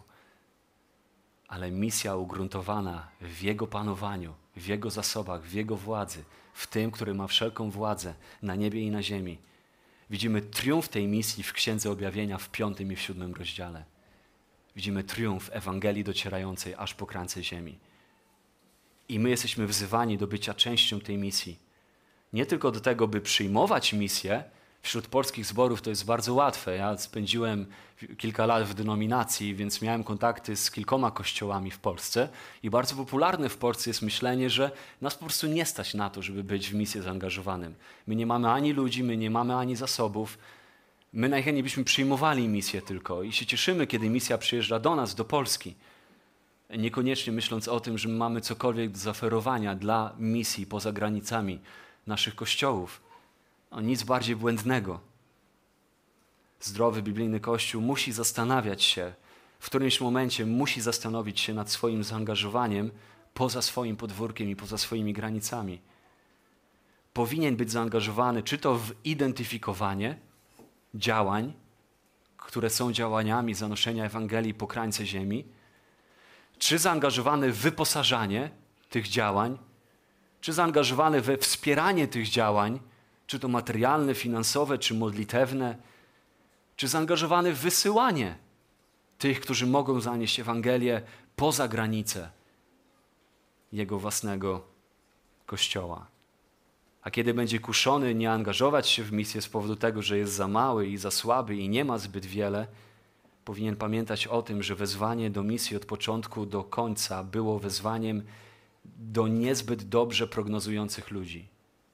Ale misja ugruntowana w Jego panowaniu, w Jego zasobach, w Jego władzy, w tym, który ma wszelką władzę na niebie i na ziemi. Widzimy triumf tej misji w Księdze Objawienia w 5 i w 7 rozdziale. Widzimy triumf Ewangelii docierającej aż po krańce ziemi. I my jesteśmy wzywani do bycia częścią tej misji. Nie tylko do tego, by przyjmować misję. Wśród polskich zborów to jest bardzo łatwe. Ja spędziłem kilka lat w denominacji, więc miałem kontakty z kilkoma kościołami w Polsce i bardzo popularne w Polsce jest myślenie, że nas po prostu nie stać na to, żeby być w misję zaangażowanym. My nie mamy ani ludzi, my nie mamy ani zasobów. My najchętniej byśmy przyjmowali misję tylko i się cieszymy, kiedy misja przyjeżdża do nas, do Polski. Niekoniecznie myśląc o tym, że mamy cokolwiek do zaoferowania dla misji poza granicami naszych kościołów. Nic bardziej błędnego. Zdrowy, biblijny Kościół musi zastanawiać się, w którymś momencie musi zastanowić się nad swoim zaangażowaniem poza swoim podwórkiem i poza swoimi granicami. Powinien być zaangażowany czy to w identyfikowanie działań, które są działaniami zanoszenia Ewangelii po krańce ziemi, czy zaangażowany w wyposażanie tych działań, czy zaangażowany we wspieranie tych działań, czy to materialne, finansowe, czy modlitewne, czy zaangażowany w wysyłanie tych, którzy mogą zanieść Ewangelię poza granice Jego własnego Kościoła. A kiedy będzie kuszony nie angażować się w misję z powodu tego, że jest za mały i za słaby i nie ma zbyt wiele, powinien pamiętać o tym, że wezwanie do misji od początku do końca było wezwaniem do niezbyt dobrze prognozujących ludzi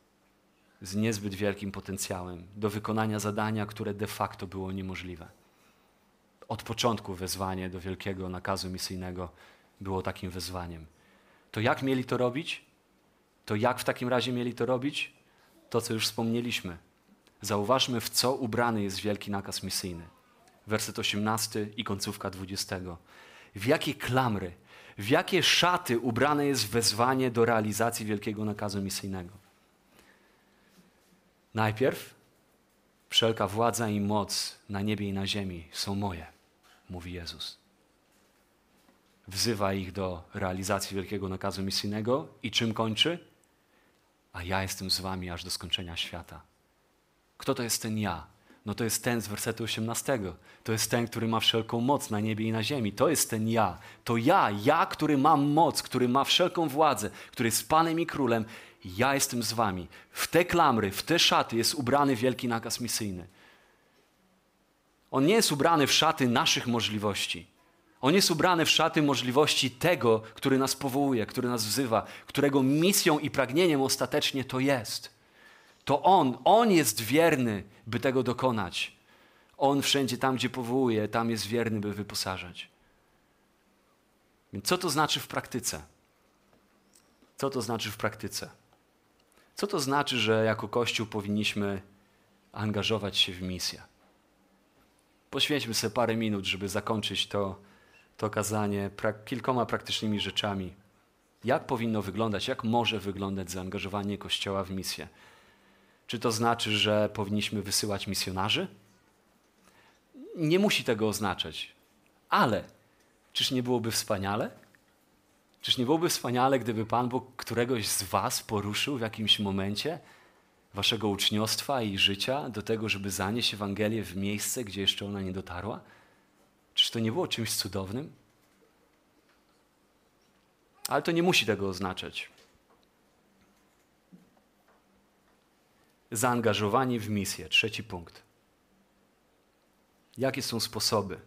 z niezbyt wielkim potencjałem do wykonania zadania, które de facto było niemożliwe. Od początku wezwanie do wielkiego nakazu misyjnego było takim wezwaniem. To jak mieli to robić? To jak w takim razie mieli to robić? To, co już wspomnieliśmy. Zauważmy, w co ubrany jest wielki nakaz misyjny. Werset 18 i końcówka 20. W jakie klamry, w jakie szaty ubrane jest wezwanie do realizacji wielkiego nakazu misyjnego? Najpierw wszelka władza i moc na niebie i na ziemi są moje, mówi Jezus. Wzywa ich do realizacji wielkiego nakazu misyjnego i czym kończy? A ja jestem z wami aż do skończenia świata. Kto to jest ten ja? No to jest ten z wersetu 18. To jest ten, który ma wszelką moc na niebie i na ziemi. To jest ten ja. To ja, który mam moc, który ma wszelką władzę, który jest Panem i Królem. Ja jestem z wami. W te klamry, w te szaty jest ubrany wielki nakaz misyjny. On nie jest ubrany w szaty naszych możliwości. On jest ubrany w szaty możliwości tego, który nas powołuje, który nas wzywa, którego misją i pragnieniem ostatecznie to jest. To On jest wierny, by tego dokonać. On wszędzie tam, gdzie powołuje, tam jest wierny, by wyposażać. Więc co to znaczy w praktyce? Co to znaczy w praktyce? Co to znaczy, że jako Kościół powinniśmy angażować się w misję? Poświęćmy sobie parę minut, żeby zakończyć to kazanie kilkoma praktycznymi rzeczami. Jak powinno wyglądać, jak może wyglądać zaangażowanie Kościoła w misję? Czy to znaczy, że powinniśmy wysyłać misjonarzy? Nie musi tego oznaczać. Ale czyż nie byłoby wspaniale? Czyż nie byłoby wspaniale, gdyby Pan Bóg któregoś z was poruszył w jakimś momencie waszego uczniostwa i życia do tego, żeby zanieść Ewangelię w miejsce, gdzie jeszcze ona nie dotarła? Czyż to nie było czymś cudownym? Ale to nie musi tego oznaczać. Zaangażowanie w misję. 3. punkt. Jakie są sposoby?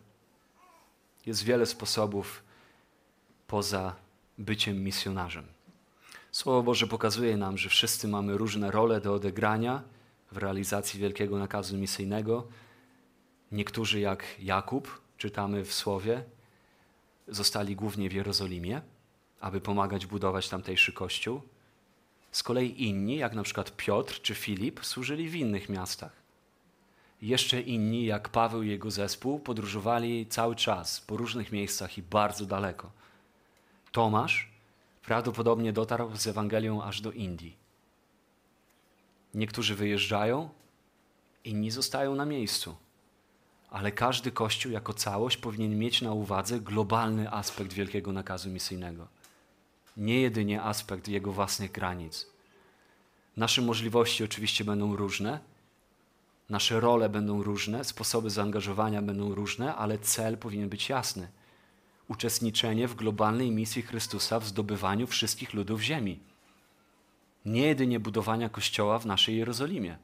Jest wiele sposobów poza byciem misjonarzem. Słowo Boże pokazuje nam, że wszyscy mamy różne role do odegrania w realizacji wielkiego nakazu misyjnego. Niektórzy, jak Jakub, czytamy w Słowie, zostali głównie w Jerozolimie, aby pomagać budować tamtejszy kościół. Z kolei inni, jak na przykład Piotr czy Filip, służyli w innych miastach. Jeszcze inni, jak Paweł i jego zespół, podróżowali cały czas po różnych miejscach i bardzo daleko. Tomasz prawdopodobnie dotarł z Ewangelią aż do Indii. Niektórzy wyjeżdżają, inni zostają na miejscu. Ale każdy kościół jako całość powinien mieć na uwadze globalny aspekt wielkiego nakazu misyjnego. Nie jedynie aspekt jego własnych granic. Nasze możliwości oczywiście będą różne, nasze role będą różne, sposoby zaangażowania będą różne, ale cel powinien być jasny. Uczestniczenie w globalnej misji Chrystusa w zdobywaniu wszystkich ludów ziemi. Nie jedynie budowania Kościoła w naszej Jerozolimie.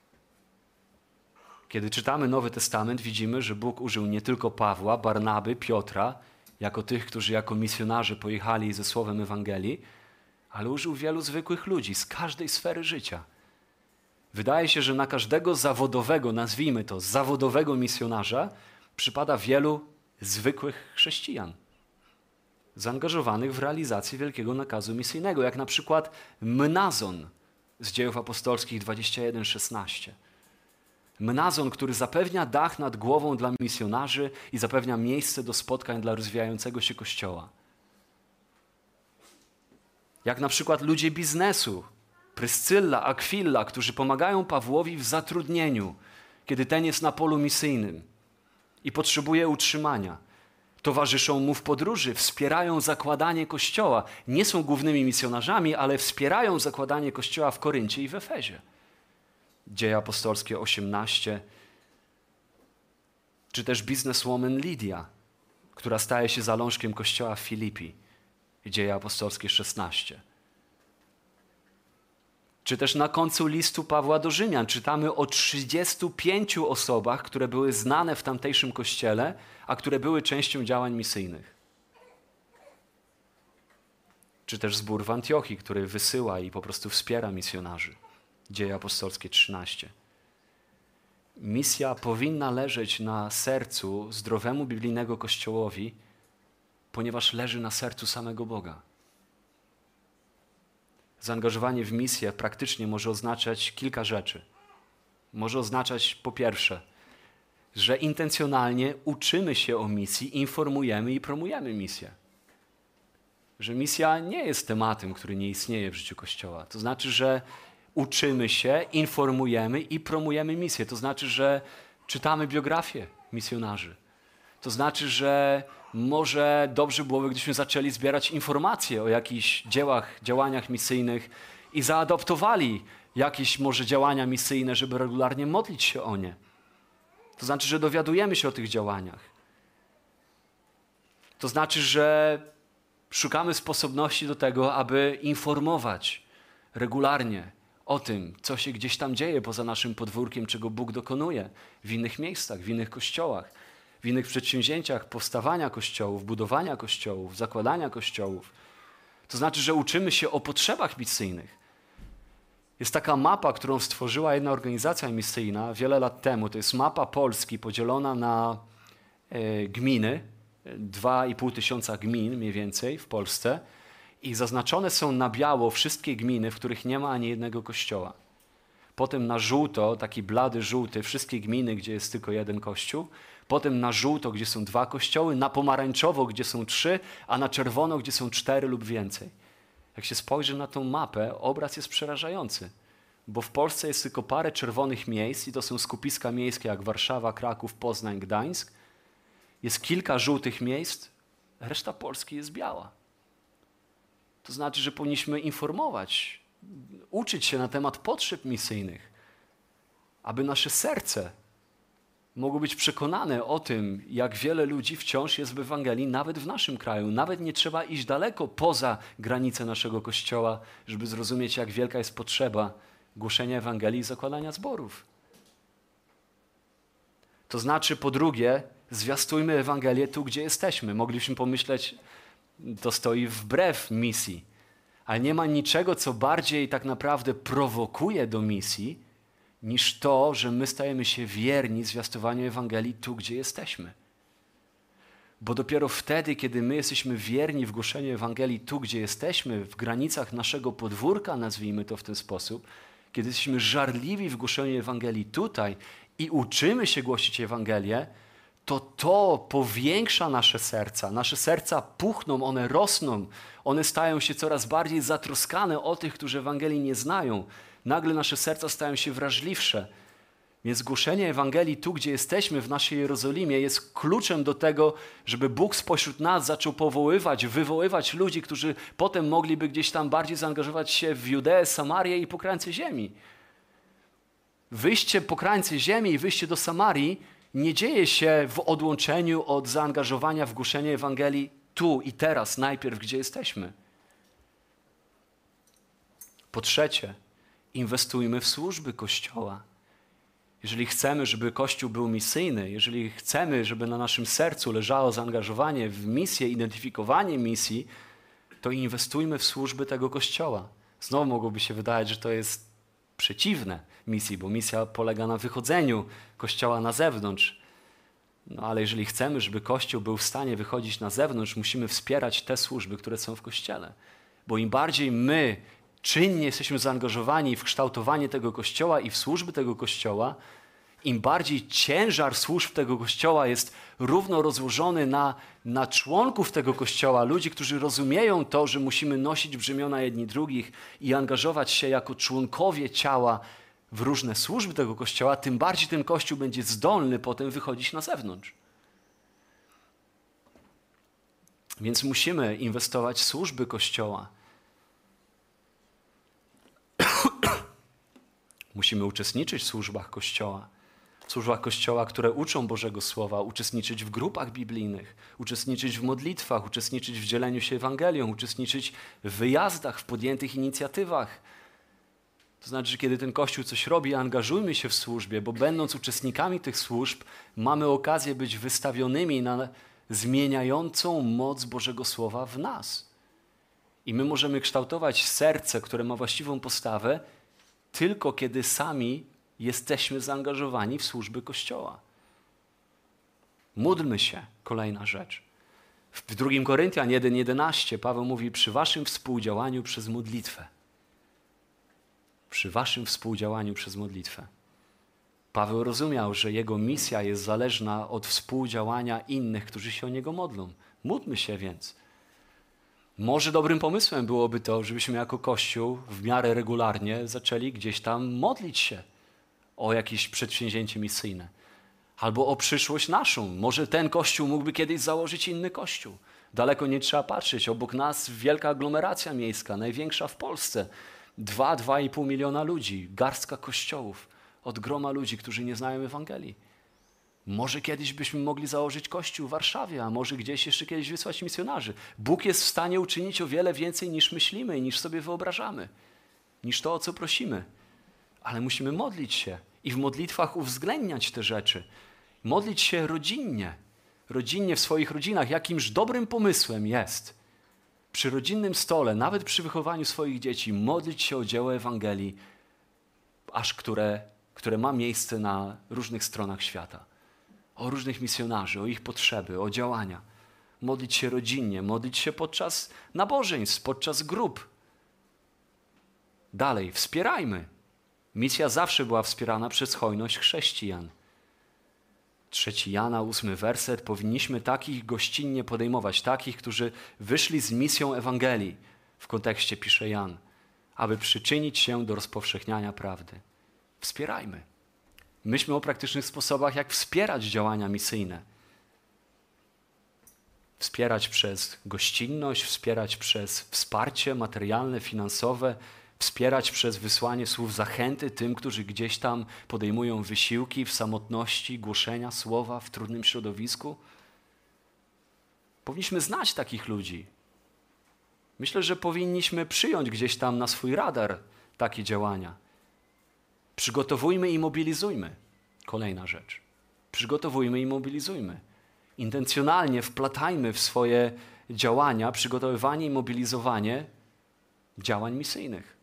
Kiedy czytamy Nowy Testament, widzimy, że Bóg użył nie tylko Pawła, Barnaby, Piotra, jako tych, którzy jako misjonarze pojechali ze słowem Ewangelii, ale użył wielu zwykłych ludzi z każdej sfery życia. Wydaje się, że na każdego zawodowego, nazwijmy to, zawodowego misjonarza przypada wielu zwykłych chrześcijan, zaangażowanych w realizację wielkiego nakazu misyjnego, jak na przykład Mnazon z Dziejów Apostolskich 21:16. Mnazon, który zapewnia dach nad głową dla misjonarzy i zapewnia miejsce do spotkań dla rozwijającego się Kościoła. Jak na przykład ludzie biznesu, Pryscylla, Akwilla, którzy pomagają Pawłowi w zatrudnieniu, kiedy ten jest na polu misyjnym i potrzebuje utrzymania. Towarzyszą mu w podróży, wspierają zakładanie Kościoła. Nie są głównymi misjonarzami, ale wspierają zakładanie Kościoła w Koryncie i w Efezie. Dzieje apostolskie 18, czy też bizneswoman Lidia, która staje się zalążkiem Kościoła w Filipi. Dzieje apostolskie 16. Czy też na końcu listu Pawła do Rzymian czytamy o 35 osobach, które były znane w tamtejszym kościele, a które były częścią działań misyjnych. Czy też zbór w Antiochii, który wysyła i po prostu wspiera misjonarzy. Dzieje apostolskie 13. Misja powinna leżeć na sercu zdrowemu biblijnego Kościołowi, ponieważ leży na sercu samego Boga. Zaangażowanie w misję praktycznie może oznaczać kilka rzeczy. Może oznaczać po pierwsze, że intencjonalnie uczymy się o misji, informujemy i promujemy misję. Że misja nie jest tematem, który nie istnieje w życiu Kościoła. To znaczy, że uczymy się, informujemy i promujemy misję. To znaczy, że czytamy biografię misjonarzy. To znaczy, że może dobrze byłoby, gdybyśmy zaczęli zbierać informacje o jakichś dziełach, działaniach misyjnych i zaadoptowali jakieś może działania misyjne, żeby regularnie modlić się o nie. To znaczy, że dowiadujemy się o tych działaniach. To znaczy, że szukamy sposobności do tego, aby informować regularnie o tym, co się gdzieś tam dzieje poza naszym podwórkiem, czego Bóg dokonuje w innych miejscach, w innych kościołach, w innych przedsięwzięciach powstawania kościołów, budowania kościołów, zakładania kościołów. To znaczy, że uczymy się o potrzebach misyjnych. Jest taka mapa, którą stworzyła jedna organizacja misyjna wiele lat temu. To jest mapa Polski podzielona na gminy, 2,5 tysiąca gmin mniej więcej w Polsce i zaznaczone są na biało wszystkie gminy, w których nie ma ani jednego kościoła. Potem na żółto, taki blady żółty, wszystkie gminy, gdzie jest tylko jeden kościół. Potem na żółto, gdzie są 2 kościoły, na pomarańczowo, gdzie są 3, a na czerwono, gdzie są 4 lub więcej. Jak się spojrzy na tą mapę, obraz jest przerażający, bo w Polsce jest tylko parę czerwonych miejsc i to są skupiska miejskie jak Warszawa, Kraków, Poznań, Gdańsk. Jest kilka żółtych miejsc, reszta Polski jest biała. To znaczy, że powinniśmy informować, uczyć się na temat potrzeb misyjnych, aby nasze serce mogło być przekonane o tym, jak wiele ludzi wciąż jest w Ewangelii, nawet w naszym kraju. Nawet nie trzeba iść daleko poza granice naszego Kościoła, żeby zrozumieć, jak wielka jest potrzeba głoszenia Ewangelii i zakładania zborów. To znaczy, po drugie, zwiastujmy Ewangelię tu, gdzie jesteśmy. Moglibyśmy pomyśleć, to stoi wbrew misji. Ale nie ma niczego, co bardziej tak naprawdę prowokuje do misji, niż to, że my stajemy się wierni zwiastowaniu Ewangelii tu, gdzie jesteśmy. Bo dopiero wtedy, kiedy my jesteśmy wierni w głoszeniu Ewangelii tu, gdzie jesteśmy, w granicach naszego podwórka, nazwijmy to w ten sposób, kiedy jesteśmy żarliwi w głoszeniu Ewangelii tutaj i uczymy się głosić Ewangelię, to powiększa nasze serca. Nasze serca puchną, one rosną, one stają się coraz bardziej zatroskane o tych, którzy Ewangelii nie znają. Nagle nasze serca stają się wrażliwsze. Więc głoszenie Ewangelii tu, gdzie jesteśmy, w naszej Jerozolimie, jest kluczem do tego, żeby Bóg spośród nas zaczął wywoływać ludzi, którzy potem mogliby gdzieś tam bardziej zaangażować się w Judeę, Samarię i pokrańce ziemi. Wyjście po krańce ziemi i wyjście do Samarii nie dzieje się w odłączeniu od zaangażowania w głoszenie Ewangelii tu i teraz, najpierw, gdzie jesteśmy. Po trzecie, inwestujmy w służby Kościoła. Jeżeli chcemy, żeby Kościół był misyjny, jeżeli chcemy, żeby na naszym sercu leżało zaangażowanie w misję, identyfikowanie misji, to inwestujmy w służby tego Kościoła. Znowu mogłoby się wydawać, że to jest przeciwne misji, bo misja polega na wychodzeniu Kościoła na zewnątrz. No ale jeżeli chcemy, żeby Kościół był w stanie wychodzić na zewnątrz, musimy wspierać te służby, które są w Kościele. Bo im bardziej my czynnie jesteśmy zaangażowani w kształtowanie tego Kościoła i w służby tego Kościoła, im bardziej ciężar służb tego Kościoła jest równo rozłożony na członków tego Kościoła, ludzi, którzy rozumieją to, że musimy nosić brzemiona jedni drugich i angażować się jako członkowie ciała w różne służby tego Kościoła, tym bardziej ten Kościół będzie zdolny potem wychodzić na zewnątrz. Więc musimy inwestować w służby Kościoła. Musimy uczestniczyć w służbach Kościoła. W służbach Kościoła, które uczą Bożego Słowa, uczestniczyć w grupach biblijnych, uczestniczyć w modlitwach, uczestniczyć w dzieleniu się Ewangelią, uczestniczyć w wyjazdach, w podjętych inicjatywach. To znaczy, że kiedy ten Kościół coś robi, angażujmy się w służbie, bo będąc uczestnikami tych służb, mamy okazję być wystawionymi na zmieniającą moc Bożego Słowa w nas. I my możemy kształtować serce, które ma właściwą postawę, tylko kiedy sami jesteśmy zaangażowani w służby Kościoła. Módlmy się, kolejna rzecz. W 2 Koryntian 1:11 Paweł mówi, przy waszym współdziałaniu przez modlitwę. Przy waszym współdziałaniu przez modlitwę. Paweł rozumiał, że jego misja jest zależna od współdziałania innych, którzy się o niego modlą. Módlmy się więc. Może dobrym pomysłem byłoby to, żebyśmy jako Kościół w miarę regularnie zaczęli gdzieś tam modlić się o jakieś przedsięwzięcie misyjne. Albo o przyszłość naszą. Może ten Kościół mógłby kiedyś założyć inny Kościół. Daleko nie trzeba patrzeć. Obok nas wielka aglomeracja miejska, największa w Polsce. 2,5 miliona ludzi, garstka kościołów od groma ludzi, którzy nie znają Ewangelii. Może kiedyś byśmy mogli założyć kościół w Warszawie, a może gdzieś jeszcze kiedyś wysłać misjonarzy. Bóg jest w stanie uczynić o wiele więcej niż myślimy i niż sobie wyobrażamy, niż to, o co prosimy. Ale musimy modlić się i w modlitwach uwzględniać te rzeczy. Modlić się rodzinnie. Rodzinnie w swoich rodzinach. Jakimś dobrym pomysłem jest przy rodzinnym stole, nawet przy wychowaniu swoich dzieci, modlić się o dzieło Ewangelii, aż które ma miejsce na różnych stronach świata. O różnych misjonarzy, o ich potrzeby, o działania. Modlić się rodzinnie, modlić się podczas nabożeństw, podczas grup. Dalej, wspierajmy. Misja zawsze była wspierana przez hojność chrześcijan. 3 Jana, 8 werset. Powinniśmy takich gościnnie podejmować, takich, którzy wyszli z misją Ewangelii, w kontekście pisze Jan, aby przyczynić się do rozpowszechniania prawdy. Wspierajmy. Myślmy o praktycznych sposobach, jak wspierać działania misyjne. Wspierać przez gościnność, wspierać przez wsparcie materialne, finansowe, wspierać przez wysłanie słów zachęty tym, którzy gdzieś tam podejmują wysiłki w samotności, głoszenia słowa w trudnym środowisku. Powinniśmy znać takich ludzi. Myślę, że powinniśmy przyjąć gdzieś tam na swój radar takie działania. Przygotowujmy i mobilizujmy. Kolejna rzecz. Przygotowujmy i mobilizujmy. Intencjonalnie wplatajmy w swoje działania, przygotowywanie i mobilizowanie działań misyjnych.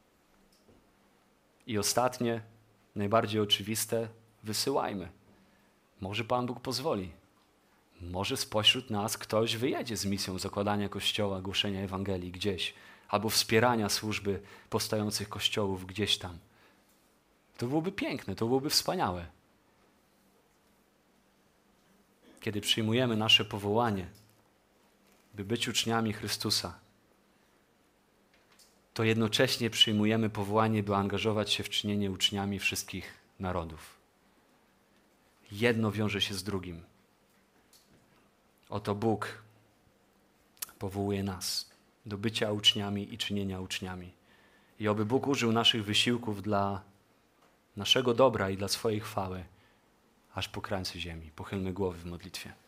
I ostatnie, najbardziej oczywiste, wysyłajmy. Może Pan Bóg pozwoli. Może spośród nas ktoś wyjedzie z misją zakładania kościoła, głoszenia Ewangelii gdzieś, albo wspierania służby powstających kościołów gdzieś tam. To byłoby piękne, to byłoby wspaniałe. Kiedy przyjmujemy nasze powołanie, by być uczniami Chrystusa, to jednocześnie przyjmujemy powołanie, by angażować się w czynienie uczniami wszystkich narodów. Jedno wiąże się z drugim. Oto Bóg powołuje nas do bycia uczniami i czynienia uczniami. I oby Bóg użył naszych wysiłków dla naszego dobra i dla swojej chwały, aż po krańce ziemi. Pochylmy głowy w modlitwie.